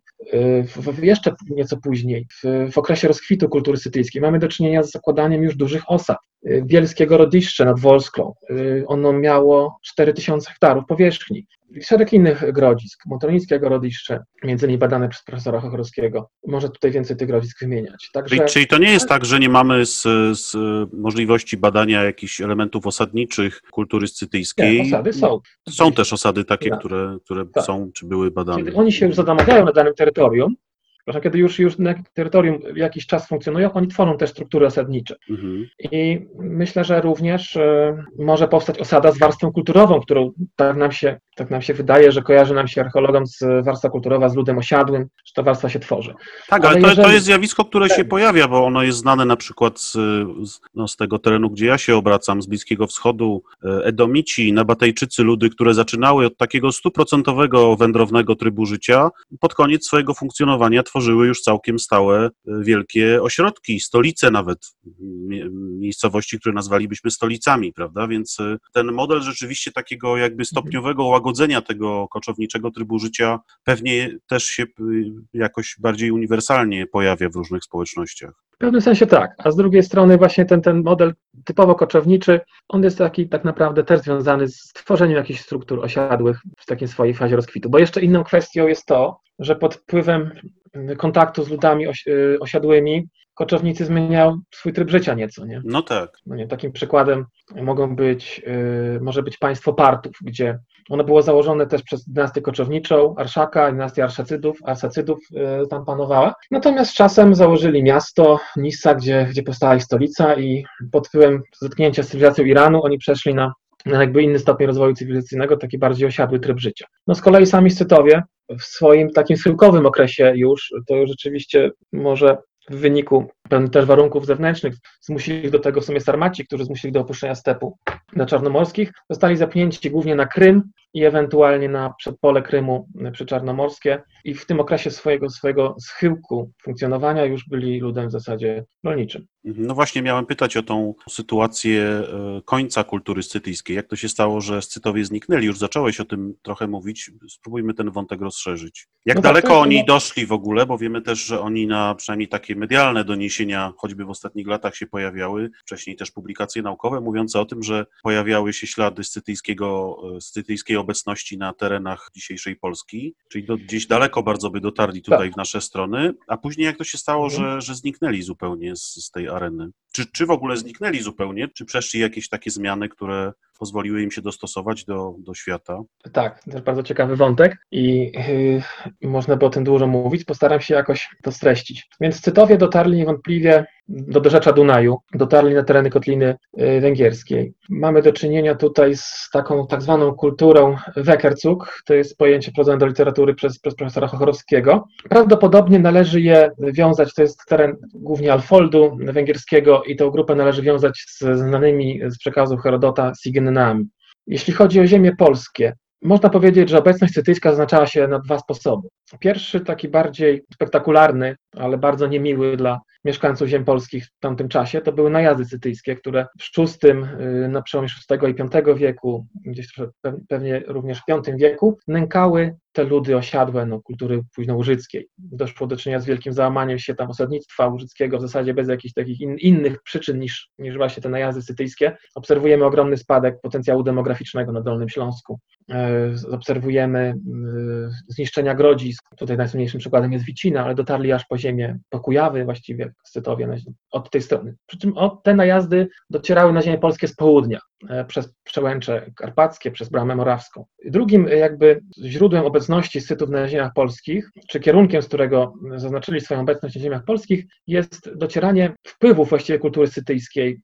S2: Jeszcze nieco później, w okresie rozkwitu kultury scytyjskiej, mamy do czynienia z zakładaniem już dużych osad. Bielskie Gorodziszcze nad Wolsklą, ono miało 4000 hektarów powierzchni. Szereg innych grodzisk, Motornickie Gorodziszcze, między innymi badane przez profesora Chochrowskiego. Może tutaj więcej tych grodzisk wymieniać.
S1: Także... Czyli to nie jest tak, że nie mamy z możliwości badania jakichś elementów osadniczych kultury scytyjskiej?
S2: Nie, osady są.
S1: Są też osady takie,
S2: tak.
S1: które
S2: tak.
S1: są czy były badane.
S2: Kiedy oni się już zadomawiają na danym terytorium, kiedy już na terytorium jakiś czas funkcjonują, oni tworzą też struktury osadnicze.
S1: Mhm.
S2: I myślę, że również może powstać osada z warstwą kulturową, którą tak nam się wydaje, że kojarzy nam się archeologom z warstwa kulturowa z ludem osiadłym, że ta warstwa się tworzy.
S1: Tak, ale to jest zjawisko, które się pojawia, bo ono jest znane na przykład z tego terenu, gdzie ja się obracam, z Bliskiego Wschodu. Edomici, Nabatejczycy, ludy, które zaczynały od takiego 100% wędrownego trybu życia, pod koniec swojego funkcjonowania tworzyły już całkiem stałe, wielkie ośrodki, stolice nawet, miejscowości, które nazwalibyśmy stolicami, prawda? Więc ten model rzeczywiście takiego jakby stopniowego łagodzenia tego koczowniczego trybu życia pewnie też się jakoś bardziej uniwersalnie pojawia w różnych społecznościach.
S2: W pewnym sensie tak, a z drugiej strony właśnie ten model typowo koczowniczy, on jest taki tak naprawdę też związany z tworzeniem jakichś struktur osiadłych w takiej swojej fazie rozkwitu. Bo jeszcze inną kwestią jest to, że pod wpływem kontaktu z ludami osiadłymi koczownicy zmieniają swój tryb życia nieco, nie?
S1: No tak.
S2: No nie, takim przykładem może być państwo Partów, gdzie ono było założone też przez dynastię koczowniczą, Arszaka, dynastię Arsacydów tam panowała. Natomiast z czasem założyli miasto Nissa, gdzie powstała ich stolica i pod wpływem zetknięcia z cywilizacją Iranu oni przeszli na jakby inny stopień rozwoju cywilizacyjnego, taki bardziej osiadły tryb życia. No z kolei sami Scytowie w swoim takim schyłkowym okresie to już rzeczywiście może w wyniku pewnych też warunków zewnętrznych zmusili ich do tego w sumie Sarmaci, którzy zmusili ich do opuszczenia stepu na czarnomorskich, zostali zapchnięci głównie na Krym i ewentualnie na przedpole Krymu przyczarnomorskie i w tym okresie swojego schyłku funkcjonowania już byli ludem w zasadzie rolniczym.
S1: No właśnie miałem pytać o tą sytuację końca kultury scytyjskiej. Jak to się stało, że Scytowie zniknęli? Już zacząłeś o tym trochę mówić. Spróbujmy ten wątek rozszerzyć. Jak daleko oni doszli w ogóle? Bo wiemy też, że oni na przynajmniej takie medialne doniesienia, choćby w ostatnich latach się pojawiały, wcześniej też publikacje naukowe mówiące o tym, że pojawiały się ślady scytyjskiej obecności na terenach dzisiejszej Polski, czyli gdzieś daleko bardzo by dotarli tutaj w nasze strony, a później jak to się stało, że zniknęli zupełnie z tej areny? Czy w ogóle zniknęli zupełnie? Czy przeszli jakieś takie zmiany, które pozwoliły im się dostosować do świata?
S2: Tak, to jest bardzo ciekawy wątek i można by o tym dużo mówić. Postaram się jakoś to streścić. Więc Scytowie dotarli niewątpliwie do dorzecza Dunaju, dotarli na tereny Kotliny Węgierskiej. Mamy do czynienia tutaj z taką tak zwaną kulturą Wekerzug, to jest pojęcie wprowadzone do literatury przez profesora Chochorowskiego. Prawdopodobnie należy je wiązać, to jest teren głównie Alfoldu węgierskiego i tę grupę należy wiązać z znanymi z przekazów Herodota Sigynami. Jeśli chodzi o ziemie polskie, można powiedzieć, że obecność scytyjska zaznaczała się na dwa sposoby. Pierwszy, taki bardziej spektakularny, ale bardzo niemiły dla mieszkańców ziem polskich w tamtym czasie, to były najazdy scytyjskie, które w VI, na przełomie VI i V wieku, gdzieś pewnie również w V wieku, nękały te ludy osiadłe kultury późnołużyckiej. Doszło do czynienia z wielkim załamaniem się tam osadnictwa łużyckiego, w zasadzie bez jakichś takich innych przyczyn niż właśnie te najazdy scytyjskie. Obserwujemy ogromny spadek potencjału demograficznego na Dolnym Śląsku. Obserwujemy zniszczenia grodzisk. Tutaj najsłynniejszym przykładem jest Wicina, ale dotarli aż po ziemię, po Kujawy właściwie, Scytowie, od tej strony. Przy czym te najazdy docierały na ziemię polskie z południa, przez Przełęcze Karpackie, przez Bramę Morawską. Drugim jakby źródłem obecności Scytów na ziemiach polskich, czy kierunkiem, z którego zaznaczyli swoją obecność na ziemiach polskich, jest docieranie wpływów właściwie kultury scytyjskiej,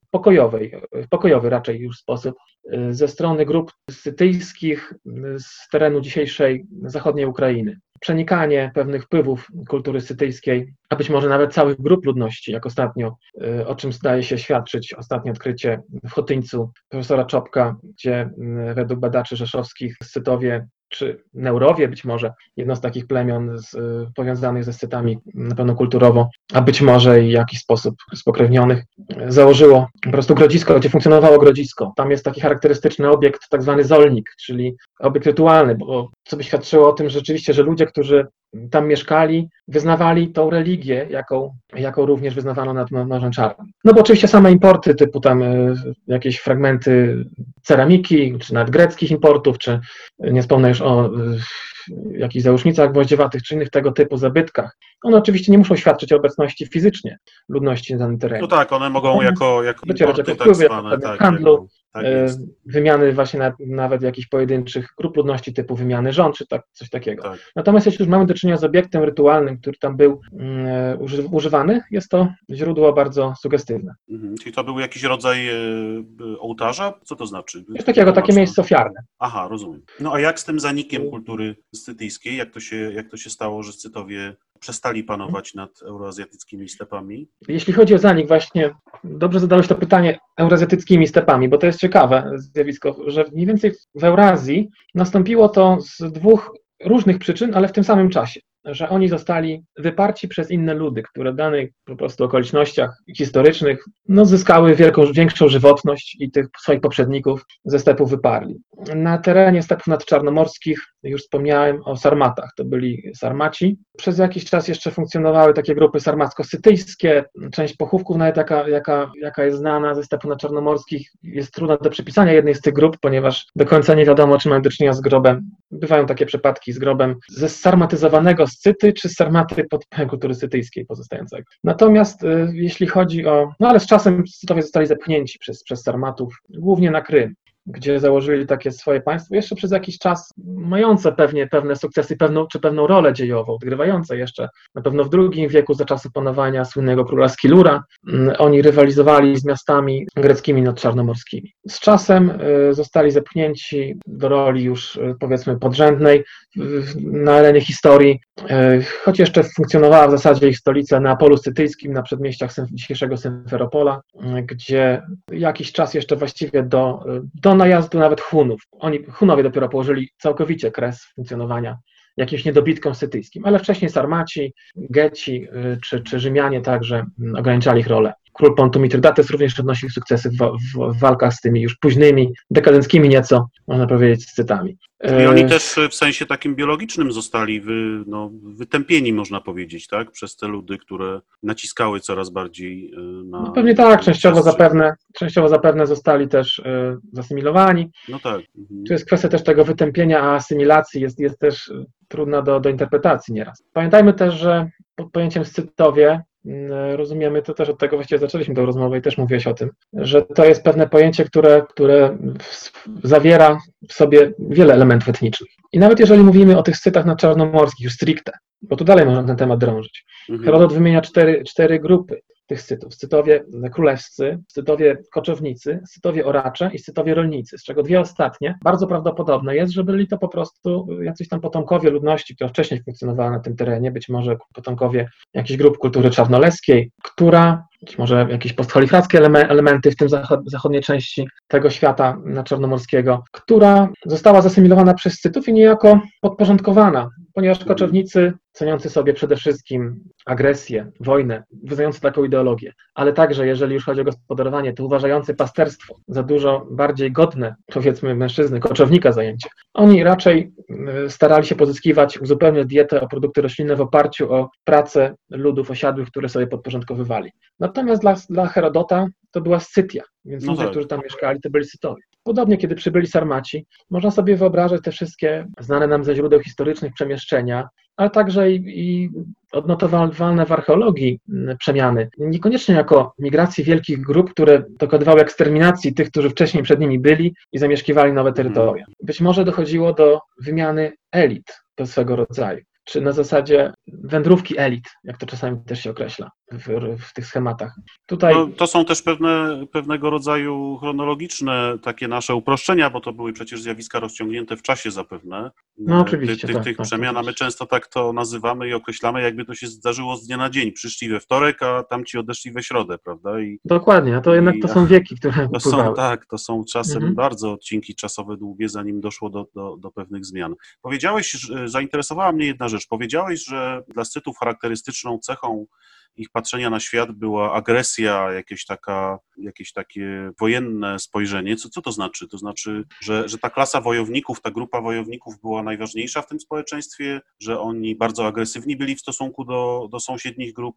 S2: w pokojowy raczej już sposób, ze strony grup scytyjskich z terenu dzisiejszej zachodniej Ukrainy. Przenikanie pewnych wpływów kultury scytyjskiej, a być może nawet całych grup ludności, jak ostatnio, o czym zdaje się świadczyć ostatnie odkrycie w Chotyńcu profesora Czopka, gdzie według badaczy rzeszowskich Scytowie czy Neurowie być może, jedno z takich plemion powiązanych ze Scytami na pewno kulturowo, a być może i w jakiś sposób spokrewnionych, założyło po prostu grodzisko, gdzie funkcjonowało grodzisko. Tam jest taki charakterystyczny obiekt, tak zwany zolnik, czyli obiekt rytualny, bo co by świadczyło o tym rzeczywiście, że ludzie, którzy tam mieszkali, wyznawali tą religię, jaką również wyznawano nad Morzem Czarnym. No bo oczywiście same importy, typu tam jakieś fragmenty ceramiki, czy nawet greckich importów, czy nie wspomnę już o jakichś załóżnicach gwoździewatych, czy innych tego typu zabytkach. One oczywiście nie muszą świadczyć o obecności fizycznie ludności na danym terenie.
S1: No tak, one mogą jako
S2: docierać
S1: importy
S2: jako wpływy,
S1: tak zwane,
S2: handlu,
S1: tak jest.
S2: wymiany właśnie nawet jakichś pojedynczych grup ludności typu wymiany żon, czy coś takiego.
S1: Tak.
S2: Natomiast jeśli już mamy do czynienia z obiektem rytualnym, który tam był używany, jest to źródło bardzo sugestywne.
S1: Czyli to był jakiś rodzaj ołtarza? Co to znaczy?
S2: Jest takie miejsce ofiarne.
S1: Aha, rozumiem. No a jak z tym zanikiem kultury scytyjskiej? Jak to się stało, że Scytowie przestali panować nad euroazjatyckimi stepami?
S2: Jeśli chodzi o zanik, właśnie dobrze zadałeś to pytanie euroazjatyckimi stepami, bo to jest ciekawe zjawisko, że mniej więcej w Eurazji nastąpiło to z dwóch różnych przyczyn, ale w tym samym czasie, że oni zostali wyparci przez inne ludy, które w danych po prostu okolicznościach historycznych zyskały większą żywotność i tych swoich poprzedników ze stepów wyparli. Na terenie stepów nadczarnomorskich już wspomniałem o Sarmatach, to byli Sarmaci. Przez jakiś czas jeszcze funkcjonowały takie grupy sarmacko-scytyjskie, część pochówków nawet jaka jest znana ze stepów nadczarnomorskich jest trudna do przypisania jednej z tych grup, ponieważ do końca nie wiadomo, czy mamy do czynienia z grobem. Bywają takie przypadki z grobem ze sarmatyzowanego Scyty, czy z sarmaty pod kultury scytyjskiej pozostającego. Natomiast jeśli chodzi ale z czasem Scytowie zostali zepchnięci przez Sarmatów, głównie na Krym, gdzie założyli takie swoje państwo, jeszcze przez jakiś czas mające pewne sukcesy, pewną rolę dziejową, odgrywające jeszcze na pewno w II wieku za czasów panowania słynnego króla Skilura. Oni rywalizowali z miastami greckimi nadczarnomorskimi. Z czasem zostali zepchnięci do roli już powiedzmy podrzędnej na arenie historii, choć jeszcze funkcjonowała w zasadzie ich stolica na Polu Scytyjskim, na przedmieściach dzisiejszego Symferopola, gdzie jakiś czas jeszcze właściwie do najazdu nawet Hunów. Hunowie dopiero położyli całkowicie kres funkcjonowania jakimś niedobitkom scytyjskim, ale wcześniej Sarmaci, Geci czy Rzymianie także ograniczali ich rolę. Król Pontu Mitrydates również odnosił sukcesy w walkach z tymi już późnymi, dekadenckimi nieco, można powiedzieć, Scytami.
S1: I oni też w sensie takim biologicznym zostali wytępieni, można powiedzieć, tak? Przez te ludy, które naciskały coraz bardziej na...
S2: No pewnie tak, częściowo zapewne zostali też zasymilowani.
S1: No tak.
S2: Tu jest kwestia też tego wytępienia, a asymilacji jest też trudna do interpretacji nieraz. Pamiętajmy też, że pod pojęciem Scytowie rozumiemy, to też od tego właściwie zaczęliśmy tę rozmowę i też mówiłeś o tym, że to jest pewne pojęcie, które zawiera w sobie wiele elementów etnicznych. I nawet jeżeli mówimy o tych Scytach nadczarnomorskich już stricte, bo tu dalej można ten temat drążyć. Herodot wymienia cztery grupy. tych scytów. Scytowie królewscy, scytowie koczownicy, scytowie oracze i scytowie rolnicy, z czego dwie ostatnie. Bardzo prawdopodobne jest, że byli to po prostu jacyś tam potomkowie ludności, która wcześniej funkcjonowała na tym terenie, być może potomkowie jakichś grup kultury czarnoleskiej, która, być może jakieś postchalifrackie elementy w tym zachodniej części tego świata czarnomorskiego, która została zasymilowana przez Scytów i niejako podporządkowana, ponieważ koczownicy ceniący sobie przede wszystkim agresję, wojnę, wyznający taką ideologię, ale także, jeżeli już chodzi o gospodarowanie, to uważający pasterstwo za dużo bardziej godne, powiedzmy, mężczyzny, koczownika zajęcie. Oni raczej starali się pozyskiwać, uzupełniać dietę o produkty roślinne w oparciu o pracę ludów osiadłych, które sobie podporządkowywali. Natomiast dla Herodota to była Scytia, więc ludzie, którzy tam mieszkali, to byli Scytowie. Podobnie, kiedy przybyli Sarmaci, można sobie wyobrażać te wszystkie znane nam ze źródeł historycznych przemieszczenia, ale także i odnotowalne w archeologii przemiany. Niekoniecznie jako migracje wielkich grup, które dokonywały eksterminacji tych, którzy wcześniej przed nimi byli i zamieszkiwali nowe terytoria. Być może dochodziło do wymiany elit swego rodzaju, czy na zasadzie wędrówki elit, jak to czasami też się określa w tych schematach. Tutaj...
S1: No, to są też pewnego rodzaju chronologiczne takie nasze uproszczenia, bo to były przecież zjawiska rozciągnięte w czasie zapewne.
S2: No oczywiście.
S1: Tych przemian, a my często tak to nazywamy i określamy, jakby to się zdarzyło z dnia na dzień. Przyszli we wtorek, a tamci odeszli we środę, prawda?
S2: Dokładnie, a to jednak to są wieki, które upływały.
S1: To są czasem bardzo odcinki czasowe długie, zanim doszło do pewnych zmian. Zainteresowała mnie jedna rzecz. Powiedziałeś, że dla Scytów charakterystyczną cechą ich patrzenia na świat była agresja, jakieś takie wojenne spojrzenie. Co to znaczy? To znaczy, że ta klasa wojowników, ta grupa wojowników była najważniejsza w tym społeczeństwie, że oni bardzo agresywni byli w stosunku do sąsiednich grup.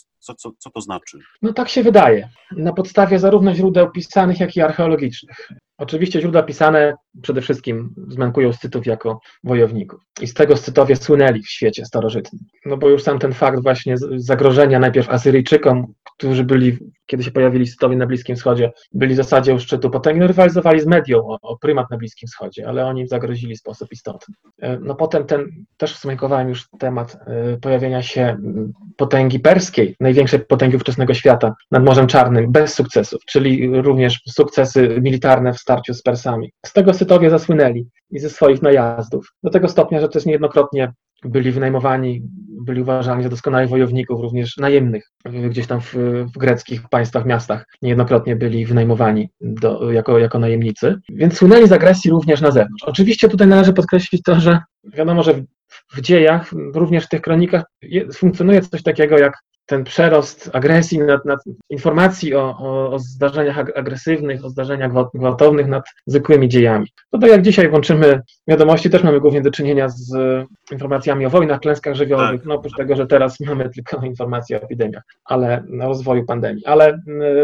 S1: Co to znaczy?
S2: No tak się wydaje. Na podstawie zarówno źródeł pisanych, jak i archeologicznych. Oczywiście źródła pisane przede wszystkim wzmiankują Scytów jako wojowników. I z tego Scytowie słynęli w świecie starożytnym. No bo już sam ten fakt właśnie zagrożenia najpierw Asyryjczykom, którzy byli, kiedy się pojawili Scytowie na Bliskim Wschodzie, byli w zasadzie u szczytu potęgi, rywalizowali z Medią o prymat na Bliskim Wschodzie, ale oni im zagrozili w sposób istotny. No potem też wspomniałem już temat pojawienia się potęgi perskiej, największej potęgi ówczesnego świata nad Morzem Czarnym, bez sukcesów, czyli również sukcesy militarne w starciu z Persami. Z tego Scytowie zasłynęli i ze swoich najazdów. Do tego stopnia, że też niejednokrotnie byli wynajmowani, byli uważani za doskonałych wojowników, również najemnych, gdzieś tam w greckich państwach, miastach. Niejednokrotnie byli wynajmowani jako najemnicy, więc słynęli z agresji również na zewnątrz. Oczywiście tutaj należy podkreślić to, że wiadomo, że w dziejach, również w tych kronikach funkcjonuje coś takiego jak ten przerost agresji nad informacji o zdarzeniach agresywnych, o zdarzeniach gwałtownych nad zwykłymi dziejami. No to jak dzisiaj włączymy wiadomości, też mamy głównie do czynienia z informacjami o wojnach, klęskach żywiołowych, no oprócz tego, że teraz mamy tylko informacje o epidemiach, ale o rozwoju pandemii. Ale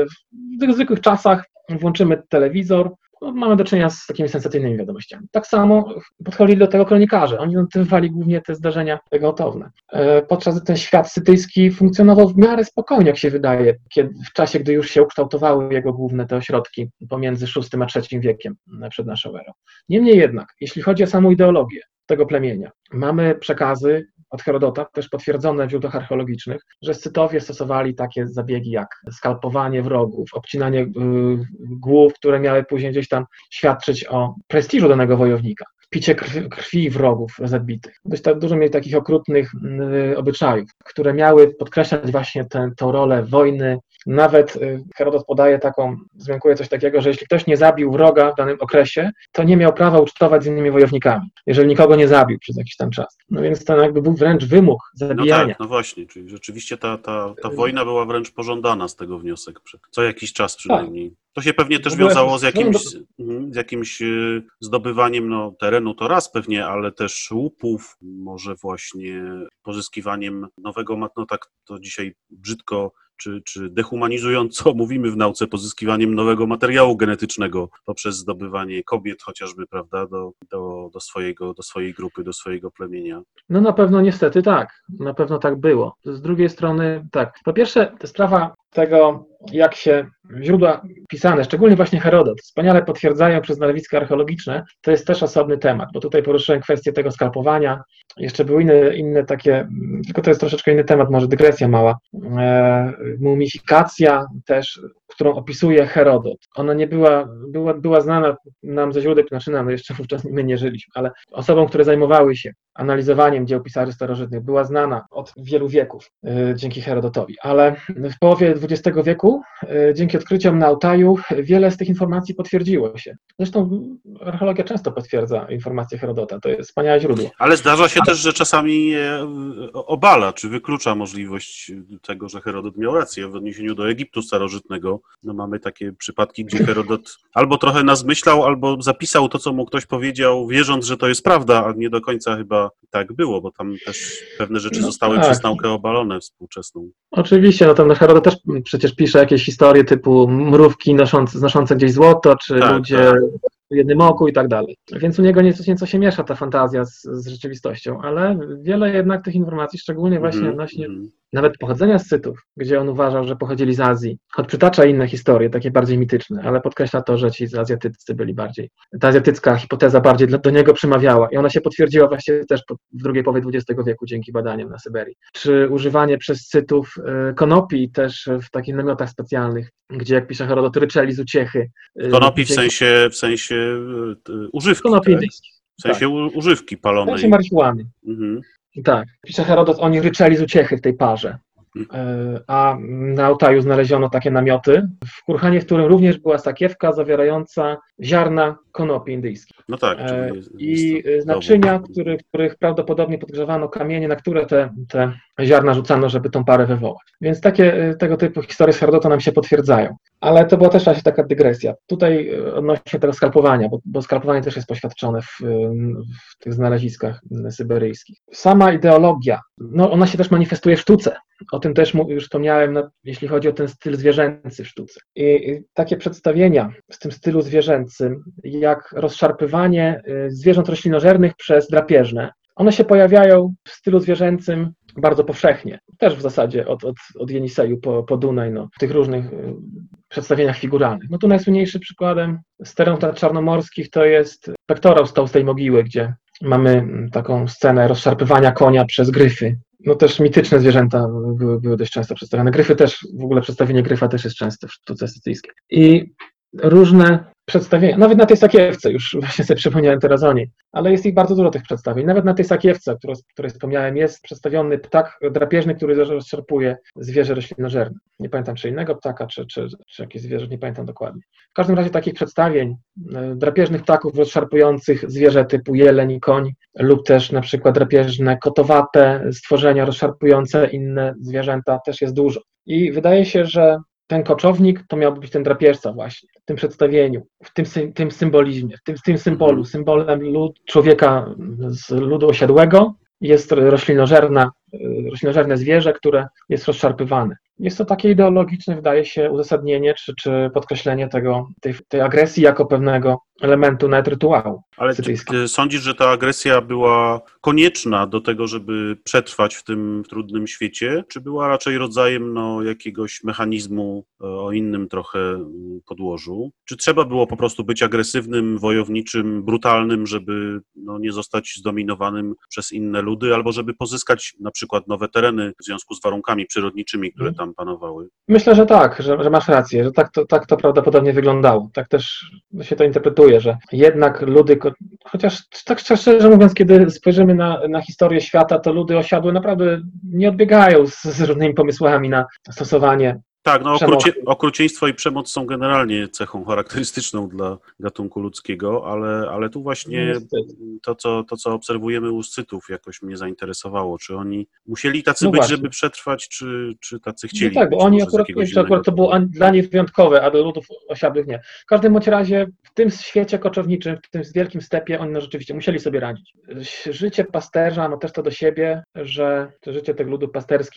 S2: w tych zwykłych czasach włączymy telewizor, no, mamy do czynienia z takimi sensacyjnymi wiadomościami. Tak samo podchodzili do tego kronikarze. Oni notowali głównie te zdarzenia gwałtowne. Podczas gdy ten świat scytyjski funkcjonował w miarę spokojnie, jak się wydaje, w czasie, gdy już się ukształtowały jego główne te ośrodki pomiędzy VI a III wiekiem przed naszą erą. Niemniej jednak, jeśli chodzi o samą ideologię tego plemienia, mamy przekazy od Herodota, też potwierdzone w źródłach archeologicznych, że Scytowie stosowali takie zabiegi jak skalpowanie wrogów, obcinanie głów, które miały później gdzieś tam świadczyć o prestiżu danego wojownika, picie krwi wrogów zabitych. Dość dużo mieli takich okrutnych obyczajów, które miały podkreślać właśnie tę rolę wojny. Nawet Herodot podaje wzmiankuje coś takiego, że jeśli ktoś nie zabił wroga w danym okresie, to nie miał prawa ucztować z innymi wojownikami, jeżeli nikogo nie zabił przez jakiś tam czas. No więc to jakby był wręcz wymóg zabijania.
S1: No tak, no właśnie, czyli rzeczywiście ta wojna była wręcz pożądana, z tego wniosek, co jakiś czas przynajmniej. Tak. To się pewnie też wiązało z jakimś zdobywaniem terenu, to raz pewnie, ale też łupów, może właśnie pozyskiwaniem nowego, tak to dzisiaj brzydko czy dehumanizująco mówimy w nauce, pozyskiwaniem nowego materiału genetycznego poprzez zdobywanie kobiet chociażby, prawda, do swojej grupy, do swojego plemienia.
S2: No na pewno niestety tak, na pewno tak było. Z drugiej strony tak, po pierwsze sprawa tego, jak się źródła pisane, szczególnie właśnie Herodot, wspaniale potwierdzają przez znaleziska archeologiczne, to jest też osobny temat, bo tutaj poruszyłem kwestię tego skalpowania. Jeszcze były inne takie, tylko to jest troszeczkę inny temat, może dygresja mała. Mumifikacja też, którą opisuje Herodot. Ona nie była znana nam ze źródeł, znaczy nam, jeszcze wówczas my nie żyliśmy, ale osobom, które zajmowały się analizowaniem dzieł pisarzy starożytnych, była znana od wielu wieków dzięki Herodotowi, ale w połowie XX wieku dzięki odkryciom na Altaju wiele z tych informacji potwierdziło się. Zresztą archeologia często potwierdza informacje Herodota, to jest wspaniałe źródło.
S1: Ale zdarza się też, że czasami obala, czy wyklucza możliwość tego, że Herodot miał rację w odniesieniu do Egiptu starożytnego. No mamy takie przypadki, gdzie Herodot albo trochę nas myślał, albo zapisał to, co mu ktoś powiedział, wierząc, że to jest prawda, a nie do końca chyba tak było, bo tam też pewne rzeczy zostały przez naukę obalone współczesną.
S2: Oczywiście, no tam Herodot też przecież pisze jakieś historie typu mrówki znoszące gdzieś złoto, czy ludzie w jednym oku i tak dalej. Więc u niego nieco się miesza ta fantazja z rzeczywistością, ale wiele jednak tych informacji, szczególnie właśnie odnośnie nawet pochodzenia Scytów, gdzie on uważał, że pochodzili z Azji, choć przytacza inne historie, takie bardziej mityczne, ale podkreśla to, że ci azjatyccy byli bardziej, ta azjatycka hipoteza bardziej do niego przemawiała i ona się potwierdziła właśnie też w drugiej połowie XX wieku dzięki badaniom na Syberii. Czy używanie przez Scytów konopi też w takich namiotach specjalnych, gdzie jak pisze Herodot, ryczeli z uciechy.
S1: Konopi w sensie używki,
S2: konopi indyjskich.
S1: W sensie używki palonej.
S2: W sensie marihuany. Tak, pisze Herodot, oni ryczeli z uciechy w tej parze. A na Altaju znaleziono takie namioty, w kurhanie, w którym również była sakiewka zawierająca ziarna konopi indyjskich.
S1: No tak.
S2: I naczynia, których prawdopodobnie podgrzewano kamienie, na które te ziarna rzucano, żeby tą parę wywołać. Więc tego typu historie z Herodota nam się potwierdzają. Ale to była też właśnie taka dygresja. Tutaj odnośnie tego skalpowania, bo skalpowanie też jest poświadczone w tych znaleziskach syberyjskich. Sama ideologia, ona się też manifestuje w sztuce. O tym też już wspomniałem, jeśli chodzi o ten styl zwierzęcy w sztuce. I takie przedstawienia w tym stylu zwierzęcym, jak rozszarpywanie zwierząt roślinożernych przez drapieżne, one się pojawiają w stylu zwierzęcym bardzo powszechnie. Też w zasadzie od Jeniseju po Dunaj, w tych różnych przedstawieniach figuralnych. Tu najsłynniejszym przykładem z terenów czarnomorskich to jest pektorał z Tłustej Mogiły, gdzie mamy taką scenę rozszarpywania konia przez gryfy. Też mityczne zwierzęta były dość często przedstawiane. Gryfy też, w ogóle przedstawienie gryfa też jest częste w sztuce sycylijskiej. I różne przedstawienia, nawet na tej sakiewce, już właśnie sobie przypomniałem teraz o niej, ale jest ich bardzo dużo tych przedstawień. Nawet na tej sakiewce, o której wspomniałem, jest przedstawiony ptak drapieżny, który rozszarpuje zwierzę roślinożerne. Nie pamiętam, czy innego ptaka, czy jakieś zwierzę, nie pamiętam dokładnie. W każdym razie takich przedstawień drapieżnych ptaków rozszarpujących zwierzę typu jeleń i koń, lub też na przykład drapieżne kotowate stworzenia rozszarpujące inne zwierzęta też jest dużo. I wydaje się, że ten koczownik to miałby być ten drapieżca właśnie, w tym przedstawieniu, w tym symbolizmie, w tym symbolu. Symbolem człowieka z ludu osiadłego jest roślinożerne zwierzę, które jest rozszarpywane. Jest to takie ideologiczne, wydaje się, uzasadnienie czy podkreślenie tej agresji jako pewnego elementu nawet rytuału.
S1: Ale czy sądzisz, że ta agresja była konieczna do tego, żeby przetrwać w tym trudnym świecie, czy była raczej rodzajem jakiegoś mechanizmu o innym trochę podłożu? Czy trzeba było po prostu być agresywnym, wojowniczym, brutalnym, żeby nie zostać zdominowanym przez inne ludy, albo żeby pozyskać na przykład nowe tereny w związku z warunkami przyrodniczymi, które tam panowały?
S2: Myślę, że tak, że masz rację, że tak to prawdopodobnie wyglądało. Tak też się to interpretuje, że jednak ludy, chociaż tak szczerze mówiąc, kiedy spojrzymy na historię świata, to ludy osiadłe naprawdę nie odbiegają z różnymi pomysłami na stosowanie.
S1: Tak, okrucieństwo i przemoc są generalnie cechą charakterystyczną dla gatunku ludzkiego, ale tu właśnie to, co obserwujemy u Scytów, jakoś mnie zainteresowało. Czy oni musieli tacy być, żeby przetrwać, czy tacy chcieli?
S2: Tak, bo oni akurat to było dla nich wyjątkowe, a do ludów osiadłych nie. W każdym razie w tym świecie koczowniczym, w tym wielkim stepie oni rzeczywiście musieli sobie radzić. Życie pasterza ma też to do siebie, że życie tych ludów pasterskich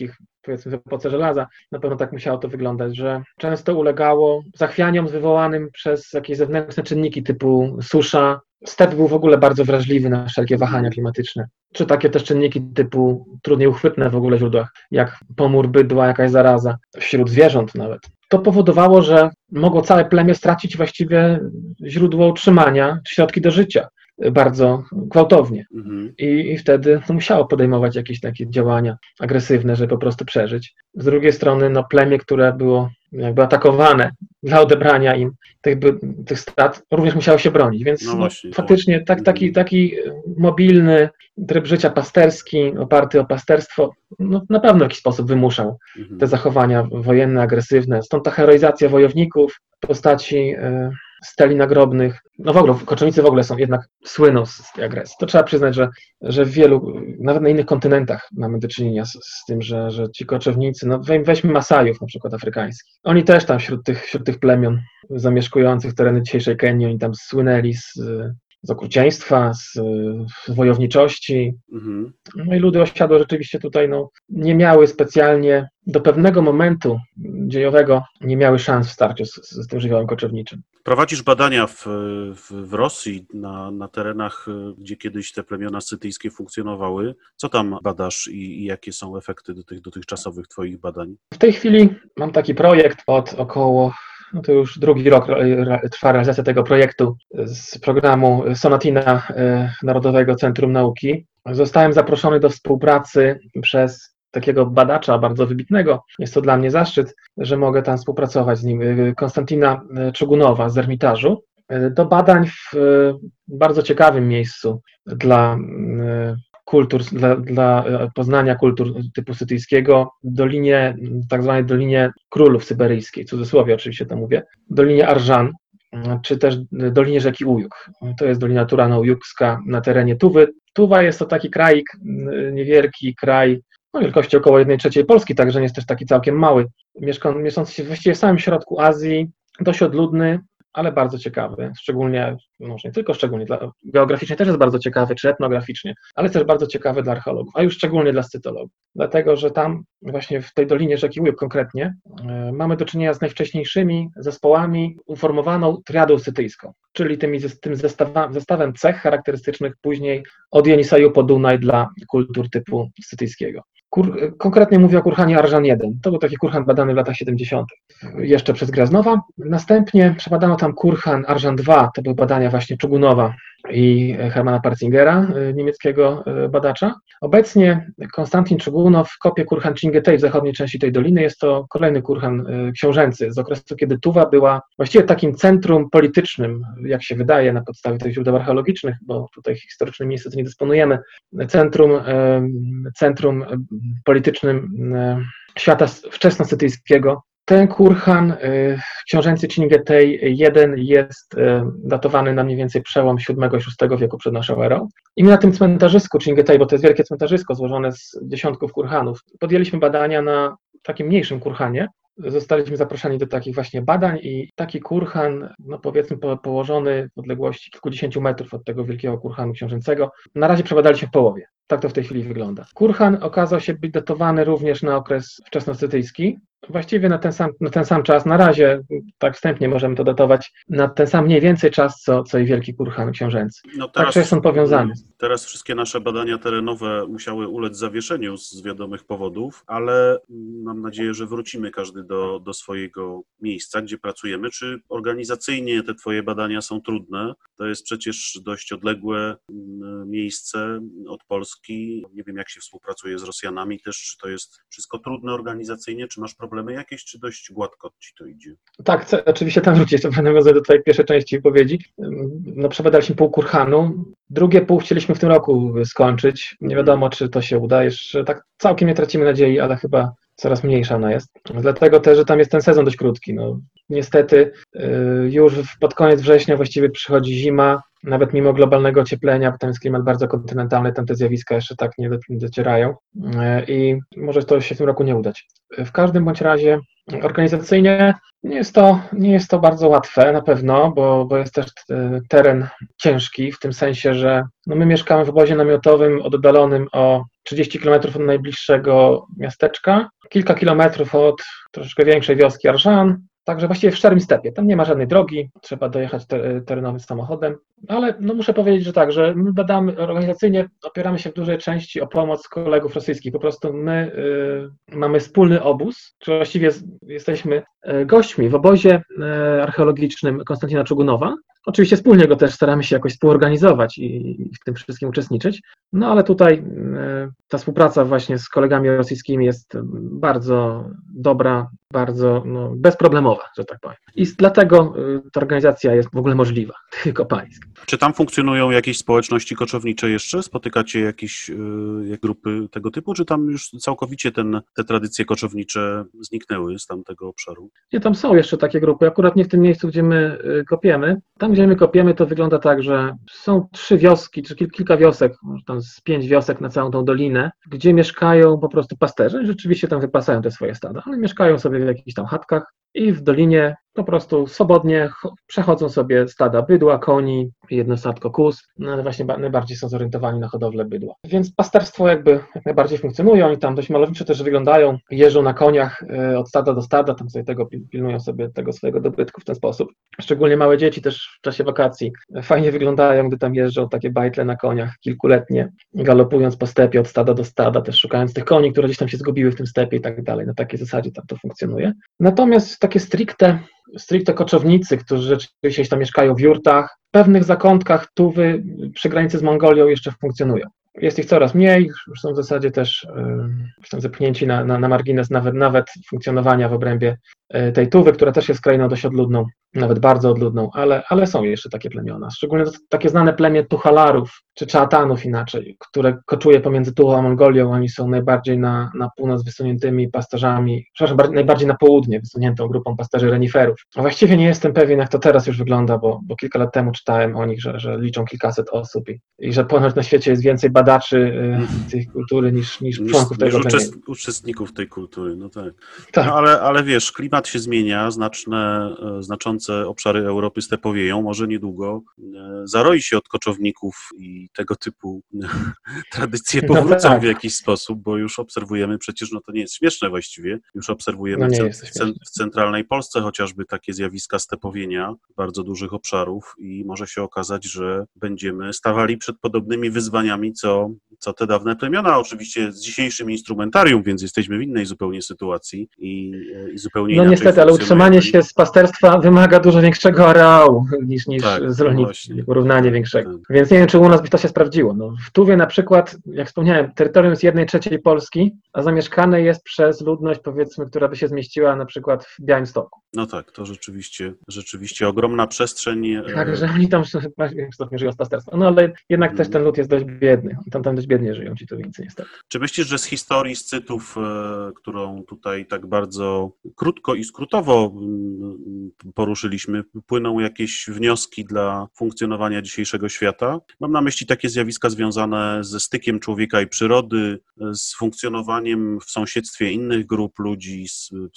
S2: powiedzmy w epoce żelaza, na pewno tak musiało to wyglądać, że często ulegało zachwianiom wywołanym przez jakieś zewnętrzne czynniki typu susza. Step był w ogóle bardzo wrażliwy na wszelkie wahania klimatyczne. Czy takie też czynniki typu trudniej uchwytne w ogóle źródłach, jak pomór bydła, jakaś zaraza, wśród zwierząt nawet. To powodowało, że mogło całe plemię stracić właściwie źródło utrzymania, środki do życia bardzo gwałtownie. I wtedy musiało podejmować jakieś takie działania agresywne, żeby po prostu przeżyć. Z drugiej strony plemię, które było jakby atakowane dla odebrania im tych stad, również musiało się bronić, więc faktycznie taki mobilny tryb życia pasterski, oparty o pasterstwo, na pewno w jakiś sposób wymuszał te zachowania wojenne, agresywne. Stąd ta heroizacja wojowników w postaci steli nagrobnych. W ogóle koczownicy w ogóle jednak słyną z tej agresji. To trzeba przyznać, że w wielu, nawet na innych kontynentach mamy do czynienia z tym, że ci koczownicy, weźmy Masajów na przykład afrykańskich. Oni też tam wśród tych plemion zamieszkujących tereny dzisiejszej Kenii, oni tam słynęli z okrucieństwa, z wojowniczości. I ludy osiadłe rzeczywiście tutaj nie miały specjalnie, do pewnego momentu dziejowego nie miały szans w starciu z tym żywiołem koczowniczym.
S1: Prowadzisz badania w Rosji, na terenach, gdzie kiedyś te plemiona scytyjskie funkcjonowały. Co tam badasz i jakie są efekty dotychczasowych twoich badań?
S2: W tej chwili mam taki projekt od około, to już drugi rok trwa realizacja tego projektu z programu Sonatina Narodowego Centrum Nauki. Zostałem zaproszony do współpracy przez takiego badacza bardzo wybitnego. Jest to dla mnie zaszczyt, że mogę tam współpracować z nim. Konstantina Czugunowa z Ermitażu. Do badań w bardzo ciekawym miejscu dla kultur, dla poznania kultur typu scytyjskiego, tak zwanej Dolinie Królów Syberyjskiej, w cudzysłowie oczywiście to mówię, Dolinie Arżan, czy też Dolinie rzeki Ujuk. To jest Dolina Turano-Ujukska na terenie Tuwy. Tuwa jest to taki kraik, niewielki kraj, wielkości około 1/3 Polski, także nie jest też taki całkiem mały, mieszczący się właściwie w samym środku Azji, dość odludny, ale bardzo ciekawy, szczególnie, może nie tylko szczególnie, geograficznie też jest bardzo ciekawy, czy etnograficznie, ale też bardzo ciekawy dla archeologów, a już szczególnie dla scytologów, dlatego, że tam właśnie w tej Dolinie rzeki Ujuk konkretnie mamy do czynienia z najwcześniejszymi zespołami uformowaną triadą scytyjską, czyli tym zestawem cech charakterystycznych później od Jenisaju po Dunaj dla kultur typu scytyjskiego. Konkretnie mówię o kurhanie Arżan 1. To był taki kurhan badany w latach 70. jeszcze przez Graznowa. Następnie przebadano tam kurhan Arżan 2. To były badania właśnie Czugunowa i Hermana Parzingera, niemieckiego badacza. Obecnie Konstantin Czugunow kopie kurhan Chingetej w zachodniej części tej doliny. Jest to kolejny kurhan książęcy z okresu, kiedy Tuwa była właściwie takim centrum politycznym, jak się wydaje na podstawie tych źródeł archeologicznych, bo tutaj historycznym niestety nie dysponujemy, centrum politycznym świata wczesnoscytyjskiego. Ten kurhan książęcy Chingetej I jest datowany na mniej więcej przełom VII i VI wieku przed naszą erą. I my na tym cmentarzysku Chingetej, bo to jest wielkie cmentarzysko złożone z dziesiątków kurhanów, podjęliśmy badania na takim mniejszym kurhanie. Zostaliśmy zaproszeni do takich właśnie badań i taki kurhan, powiedzmy położony w odległości kilkudziesięciu metrów od tego wielkiego kurhanu książęcego, na razie przebadaliśmy w połowie. Tak to w tej chwili wygląda. Kurhan okazał się być datowany również na okres wczesnoscytyjski, właściwie na ten sam czas, na razie tak wstępnie możemy to datować, na ten sam mniej więcej czas, co i wielki kurhan książęcy. Także są powiązane.
S1: Teraz wszystkie nasze badania terenowe musiały ulec zawieszeniu z wiadomych powodów, ale mam nadzieję, że wrócimy każdy do swojego miejsca, gdzie pracujemy. Czy organizacyjnie te twoje badania są trudne? To jest przecież dość odległe miejsce od Polski. Nie wiem, jak się współpracuje z Rosjanami też, czy to jest wszystko trudne organizacyjnie, czy masz problemy jakieś, czy dość gładko ci to idzie? Tak,
S2: chcę oczywiście tam wrócić, to będę nawiązać do twojej pierwszej części wypowiedzi. Przebadaliśmy pół kurhanu, drugie pół chcieliśmy w tym roku skończyć. Nie wiadomo, czy to się uda. Jeszcze tak całkiem nie tracimy nadziei, ale chyba coraz mniejsza ona jest. Dlatego też, że tam jest ten sezon dość krótki. Niestety już pod koniec września właściwie przychodzi zima, nawet mimo globalnego ocieplenia, bo tam jest klimat bardzo kontynentalny, tam te zjawiska jeszcze tak nie docierają i może to się w tym roku nie udać. W każdym bądź razie Organizacyjnie nie jest to bardzo łatwe na pewno, bo jest też teren ciężki, w tym sensie, że my mieszkamy w obozie namiotowym oddalonym o 30 km od najbliższego miasteczka, kilka kilometrów od troszeczkę większej wioski Arżan, także właściwie w szczerym stepie. Tam nie ma żadnej drogi, trzeba dojechać terenowym samochodem, ale muszę powiedzieć, że tak, że my badamy organizacyjnie, opieramy się w dużej części o pomoc kolegów rosyjskich. Po prostu my mamy wspólny obóz, czy właściwie jesteśmy gośćmi w obozie archeologicznym Konstantina Czugunowa. Oczywiście wspólnie go też staramy się jakoś współorganizować i w tym wszystkim uczestniczyć, no ale tutaj ta współpraca właśnie z kolegami rosyjskimi jest bardzo dobra, bardzo bezproblemowa, że tak powiem. I dlatego ta organizacja jest w ogóle możliwa, tych kopalnisk.
S1: Czy tam funkcjonują jakieś społeczności koczownicze jeszcze? Spotykacie jakieś grupy tego typu, czy tam już całkowicie te tradycje koczownicze zniknęły z tamtego obszaru?
S2: Nie, tam są jeszcze takie grupy, akurat nie w tym miejscu, gdzie my kopiemy. Tam, gdzie my kopiemy, to wygląda tak, że są 3 wioski, czy kilka wiosek, może tam z 5 wiosek na całą tą dolinę, gdzie mieszkają po prostu pasterze. Rzeczywiście tam wypasają te swoje stada, ale mieszkają sobie w jakichś tam chatkach i w dolinie po prostu swobodnie przechodzą sobie stada bydła, koni, jedno stadko kóz, no ale właśnie najbardziej są zorientowani na hodowlę bydła. Więc pasterstwo jak najbardziej funkcjonuje, oni tam dość malowniczo też wyglądają, jeżdżą na koniach od stada do stada, tam sobie pilnują sobie tego swojego dobytku w ten sposób. Szczególnie małe dzieci też w czasie wakacji fajnie wyglądają, gdy tam jeżdżą takie bajtle na koniach kilkuletnie, galopując po stepie od stada do stada, też szukając tych koni, które gdzieś tam się zgubiły w tym stepie i tak dalej. Na takiej zasadzie tam to funkcjonuje. Natomiast takie stricte koczownicy, którzy rzeczywiście tam mieszkają w jurtach, w pewnych zakątkach Tuwy przy granicy z Mongolią jeszcze funkcjonują. Jest ich coraz mniej, już są w zasadzie też zepchnięci na margines nawet funkcjonowania w obrębie tej Tuwy, która też jest krainą dość odludną, nawet bardzo odludną, ale są jeszcze takie plemiona. Szczególnie takie znane plemię Tuchalarów, czy Czatanów inaczej, które koczuje pomiędzy Tuchą a Mongolią. Oni są najbardziej na północ wysuniętymi pasterzami, przepraszam, najbardziej na południe wysuniętą grupą pasterzy reniferów. A właściwie nie jestem pewien, jak to teraz już wygląda, bo kilka lat temu czytałem o nich, że liczą kilkaset osób i że ponoć na świecie jest więcej badaczy tej kultury niż członków tego plemienia.
S1: Uczestników tej kultury, no tak.
S2: Tak.
S1: No, ale wiesz, klimat się zmienia, znaczące obszary Europy stepowieją, może niedługo zaroi się od koczowników i tego typu tradycje powrócą w jakiś sposób, bo już obserwujemy przecież, to nie jest śmieszne właściwie, już obserwujemy w centralnej Polsce chociażby takie zjawiska stepowienia bardzo dużych obszarów i może się okazać, że będziemy stawali przed podobnymi wyzwaniami, co te dawne plemiona, oczywiście z dzisiejszym instrumentarium, więc jesteśmy w innej zupełnie sytuacji i zupełnie inaczej.
S2: No niestety, ale utrzymanie się z pasterstwa wymaga dużo większego areału niż z rolnictwa, porównanie większego. Tak. Więc nie wiem, czy u nas by to się sprawdziło. W Tuwie na przykład, jak wspomniałem, terytorium jest 1/3 Polski, a zamieszkane jest przez ludność, powiedzmy, która by się zmieściła na przykład w Białymstoku.
S1: No tak, to rzeczywiście ogromna przestrzeń.
S2: Tak, że oni tam chyba w jakimś stopniu żyją z pasterstwa. No ale jednak też ten lud jest dość biedny. Tam dość biednie żyją ci Tuwińcy niestety.
S1: Czy myślisz, że z historii Scytów, którą tutaj tak bardzo krótko i skrótowo poruszyliliśmy, płyną jakieś wnioski dla funkcjonowania dzisiejszego świata? Mam na myśli takie zjawiska związane ze stykiem człowieka i przyrody, z funkcjonowaniem w sąsiedztwie innych grup ludzi,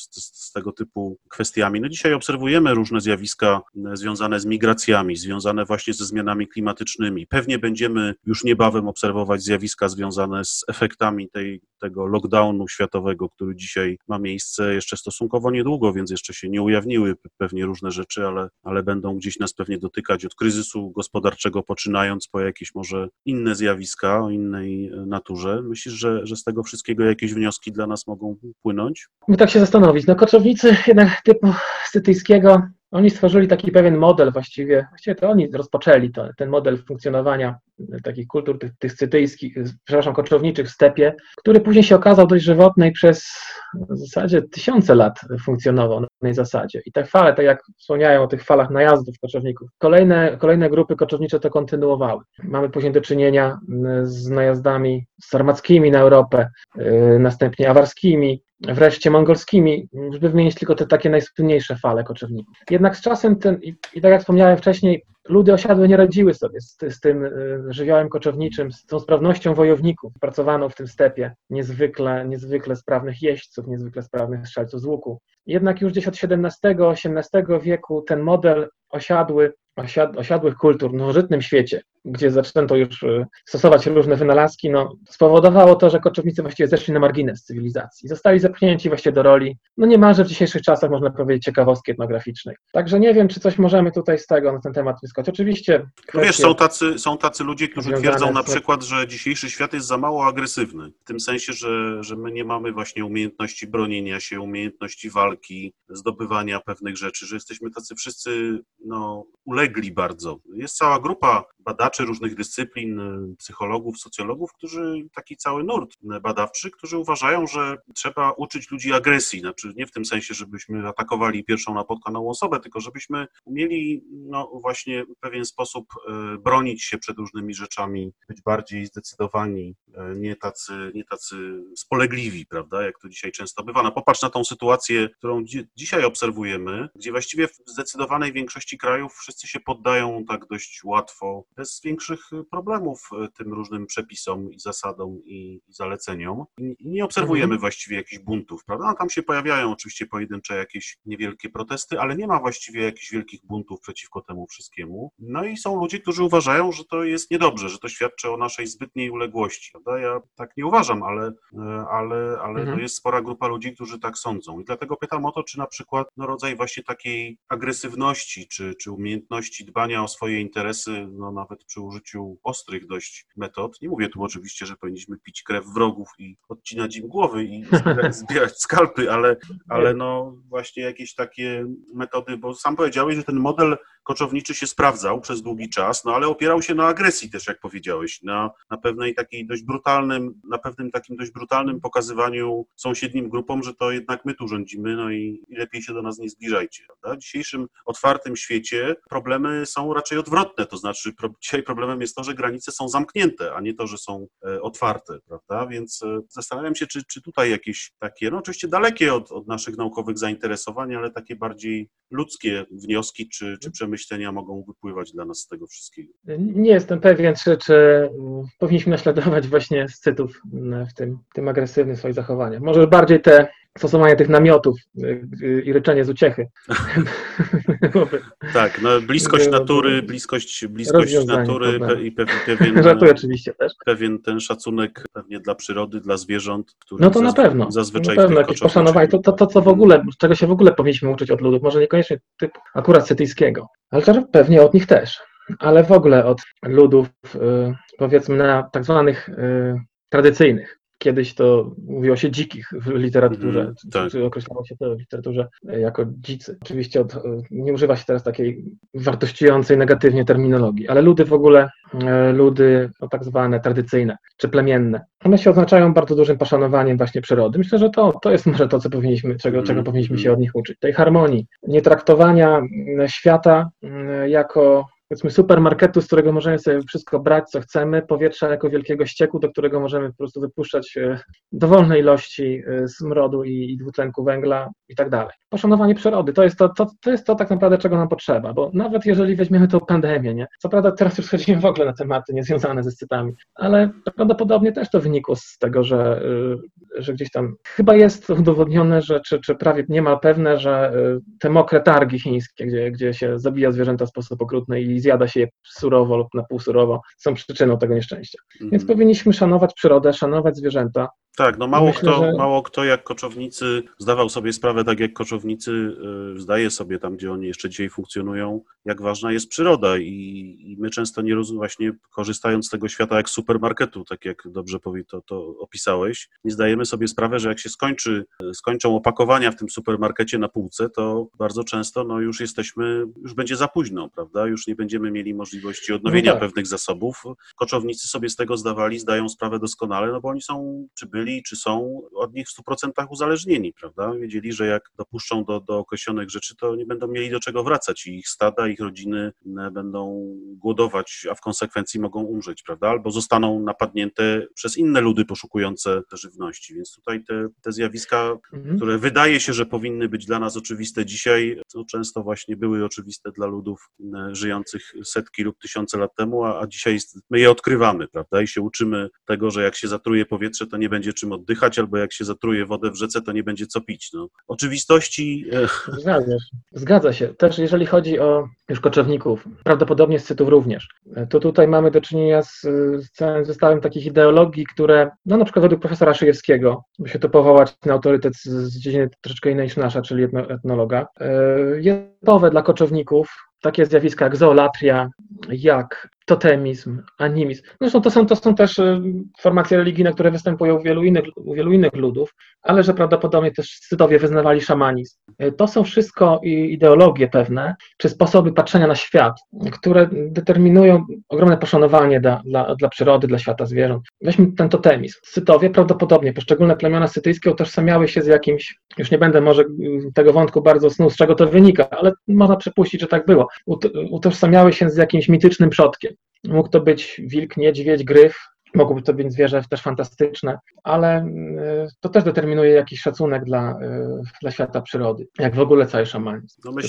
S1: z tego typu kwestiami. No dzisiaj obserwujemy różne zjawiska związane z migracjami, związane właśnie ze zmianami klimatycznymi. Pewnie będziemy już niebawem obserwować zjawiska związane z efektami tego lockdownu światowego, który dzisiaj ma miejsce jeszcze stosunkowo niedługo, więc jeszcze się nie ujawniły pewnie różne rzeczy, ale będą gdzieś nas pewnie dotykać od kryzysu gospodarczego poczynając po jakieś może inne zjawiska o innej naturze. Myślisz, że z tego wszystkiego jakieś wnioski dla nas mogą płynąć? Tak się zastanowić.
S2: Koczownicy jednak typu scytyjskiego, oni stworzyli taki pewien model właściwie to oni rozpoczęli ten model funkcjonowania takich kultur tych scytyjskich, koczowniczych w stepie, który później się okazał dość żywotny i przez w zasadzie tysiące lat funkcjonował na tej zasadzie. I te fale, tak jak wspomniałem o tych falach najazdów koczowników, kolejne grupy koczownicze to kontynuowały. Mamy później do czynienia z najazdami sarmackimi na Europę, następnie awarskimi, wreszcie mongolskimi, żeby wymienić tylko te takie najsłynniejsze fale koczowników. Jednak z czasem i tak jak wspomniałem wcześniej, ludy osiadłe nie radziły sobie z tym żywiołem koczowniczym, z tą sprawnością wojowników pracowaną w tym stepie, niezwykle sprawnych jeźdźców, niezwykle sprawnych strzelców z łuku. Jednak już gdzieś od XVII-XVIII wieku ten model osiadłych kultur w nowożytnym świecie, gdzie zaczęto już stosować różne wynalazki, spowodowało to, że koczownicy właściwie zeszli na margines cywilizacji. Zostali zepchnięci właściwie do roli, niemalże w dzisiejszych czasach, można powiedzieć, ciekawostki etnograficznej. Także nie wiem, czy coś możemy tutaj z tego na ten temat wyskoczyć. Oczywiście
S1: wiesz, są tacy ludzie, którzy twierdzą na przykład, że dzisiejszy świat jest za mało agresywny. W tym sensie, że my nie mamy właśnie umiejętności bronienia się, umiejętności walki, zdobywania pewnych rzeczy, że jesteśmy tacy wszyscy ulegli bardzo. Jest cała grupa badaczy różnych dyscyplin, psychologów, socjologów, taki cały nurt badawczy, którzy uważają, że trzeba uczyć ludzi agresji. Znaczy nie w tym sensie, żebyśmy atakowali pierwszą napotkaną osobę, tylko żebyśmy umieli właśnie w pewien sposób bronić się przed różnymi rzeczami, być bardziej zdecydowani, nie tacy spolegliwi, prawda, jak to dzisiaj często bywa. Popatrz na tą sytuację, którą dzisiaj obserwujemy, gdzie właściwie w zdecydowanej większości krajów wszyscy się poddają tak dość łatwo, bez większych problemów tym różnym przepisom i zasadom i zaleceniom. I nie obserwujemy właściwie jakichś buntów, prawda? Tam się pojawiają oczywiście pojedyncze jakieś niewielkie protesty, ale nie ma właściwie jakichś wielkich buntów przeciwko temu wszystkiemu. I są ludzie, którzy uważają, że to jest niedobrze, że to świadczy o naszej zbytniej uległości, prawda? Ja tak nie uważam, ale to jest spora grupa ludzi, którzy tak sądzą. I dlatego pytam o to, czy na przykład rodzaj właśnie takiej agresywności, czy umiejętności dbania o swoje interesy, nawet przy użyciu ostrych dość metod. Nie mówię tu oczywiście, że powinniśmy pić krew wrogów i odcinać im głowy i zbierać skalpy, ale właśnie jakieś takie metody, bo sam powiedziałeś, że ten model koczowniczy się sprawdzał przez długi czas, ale opierał się na agresji też, jak powiedziałeś, na pewnej takiej dość brutalnym pokazywaniu sąsiednim grupom, że to jednak my tu rządzimy, i lepiej się do nas nie zbliżajcie. Prawda? W dzisiejszym otwartym świecie problemy są raczej odwrotne, to znaczy dzisiaj problemem jest to, że granice są zamknięte, a nie to, że są otwarte, prawda? Więc zastanawiam się, czy tutaj jakieś takie, oczywiście dalekie od naszych naukowych zainteresowań, ale takie bardziej ludzkie wnioski czy przemyślenia mogą wypływać dla nas z tego wszystkiego.
S2: Nie jestem pewien, czy powinniśmy naśladować właśnie scytów w tym agresywnym swoich zachowaniach. Może bardziej stosowanie tych namiotów i ryczenie z uciechy.
S1: Tak, bliskość natury, bliskość natury i pewien,
S2: żartuję oczywiście też.
S1: Pewien ten szacunek pewnie dla przyrody, dla zwierząt, który
S2: to na pewno.
S1: Zazwyczaj
S2: na pewno jakieś poszanowanie, to co w ogóle, czego się w ogóle powinniśmy uczyć od ludów, może niekoniecznie typu akurat cetyjskiego, ale pewnie od nich też, ale w ogóle od ludów, powiedzmy na tak zwanych tradycyjnych. Kiedyś to mówiło się dzikich w literaturze, czy określało się to w literaturze jako dzicy. Oczywiście nie używa się teraz takiej wartościującej negatywnie terminologii, ale ludy w ogóle, ludy tak zwane tradycyjne czy plemienne, one się oznaczają bardzo dużym poszanowaniem właśnie przyrody. Myślę, że to jest może to, czego powinniśmy się od nich uczyć. Tej harmonii, nie traktowania świata jako, powiedzmy, supermarketu, z którego możemy sobie wszystko brać, co chcemy, powietrza jako wielkiego ścieku, do którego możemy po prostu wypuszczać dowolne ilości smrodu i dwutlenku węgla i tak dalej. Poszanowanie przyrody, to jest to tak naprawdę, czego nam potrzeba, bo nawet jeżeli weźmiemy tą pandemię, nie? Co prawda teraz już schodzimy w ogóle na tematy niezwiązane ze scytami, ale prawdopodobnie też to wynikło z tego, że gdzieś tam chyba jest udowodnione, czy prawie niemal pewne, że te mokre targi chińskie, gdzie się zabija zwierzęta w sposób okrutny i zjada się je surowo lub na pół surowo, są przyczyną tego nieszczęścia. Więc powinniśmy szanować przyrodę, szanować zwierzęta.
S1: Tak, mało kto jak koczownicy zdawał sobie sprawę, tak jak koczownicy zdaje sobie tam, gdzie oni jeszcze dzisiaj funkcjonują, jak ważna jest przyroda i my często nie rozumiemy, właśnie korzystając z tego świata jak supermarketu, tak jak dobrze to opisałeś, nie zdajemy sobie sprawy, że jak się skończą opakowania w tym supermarkecie na półce, to bardzo często już będzie za późno, prawda? Już nie będziemy mieli możliwości odnowienia pewnych zasobów. Koczownicy sobie z tego zdają sprawę doskonale, bo oni są przybyli byli, czy są od nich w 100% uzależnieni, prawda? Wiedzieli, że jak dopuszczą do określonych rzeczy, to nie będą mieli do czego wracać i ich stada, ich rodziny będą głodować, a w konsekwencji mogą umrzeć, prawda? Albo zostaną napadnięte przez inne ludy poszukujące te żywności. Więc tutaj te zjawiska, które wydaje się, że powinny być dla nas oczywiste dzisiaj, to często właśnie były oczywiste dla ludów żyjących setki lub tysiące lat temu, a dzisiaj my je odkrywamy, prawda? I się uczymy tego, że jak się zatruje powietrze, to nie będzie czym oddychać, albo jak się zatruje wodę w rzece, to nie będzie co pić. No, oczywistości...
S2: Zgadza się. Też jeżeli chodzi o już koczowników, prawdopodobnie Scytów również, to tutaj mamy do czynienia z całym zestawem takich ideologii, które, no na przykład według profesora Szyjewskiego, by się to powołać na autorytet z dziedziny troszeczkę innej niż nasza, czyli etnologa, jest typowe dla koczowników takie zjawiska jak zoolatria, jak totemizm, animizm. Zresztą to są też formacje religijne, które występują u wielu innych ludów, ale że prawdopodobnie też Scytowie wyznawali szamanizm. To są wszystko ideologie pewne, czy sposoby patrzenia na świat, które determinują ogromne poszanowanie dla przyrody, dla świata zwierząt. Weźmy ten totemizm. Scytowie prawdopodobnie, poszczególne plemiona scytyjskie utożsamiały się z jakimś, już nie będę może tego wątku bardzo snuł, z czego to wynika, ale można przypuścić, że tak było. Utożsamiały się z jakimś mitycznym przodkiem. Mógł to być wilk, niedźwiedź, gryf, mogłoby to być zwierzę też fantastyczne, ale to też determinuje jakiś szacunek dla świata przyrody, jak w ogóle cały szamanizm.
S1: No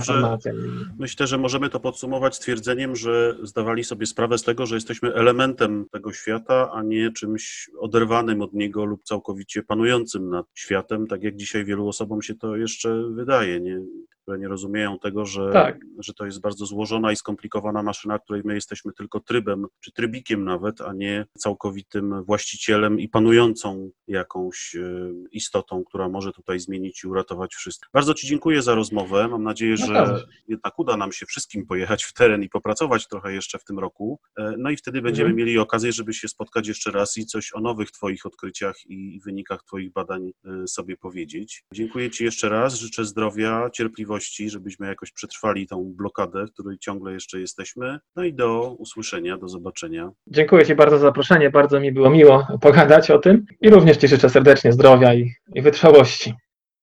S1: myślę, że możemy to podsumować stwierdzeniem, że zdawali sobie sprawę z tego, że jesteśmy elementem tego świata, a nie czymś oderwanym od niego lub całkowicie panującym nad światem, tak jak dzisiaj wielu osobom się to jeszcze wydaje, które nie rozumieją tego, że to jest bardzo złożona i skomplikowana maszyna, której my jesteśmy tylko trybem, czy trybikiem nawet, a nie całkowitym właścicielem i panującą jakąś istotą, która może tutaj zmienić i uratować wszystko. Bardzo Ci dziękuję za rozmowę. Mam nadzieję, że jednak uda nam się wszystkim pojechać w teren i popracować trochę jeszcze w tym roku. No i wtedy będziemy mieli okazję, żeby się spotkać jeszcze raz i coś o nowych Twoich odkryciach i wynikach Twoich badań sobie powiedzieć. Dziękuję Ci jeszcze raz. Życzę zdrowia, cierpliwości, żebyśmy jakoś przetrwali tą blokadę, w której ciągle jeszcze jesteśmy. No i do usłyszenia, do zobaczenia.
S2: Dziękuję Ci bardzo za zaproszenie. Bardzo mi było miło pogadać o tym i również Ci życzę serdecznie zdrowia i wytrwałości.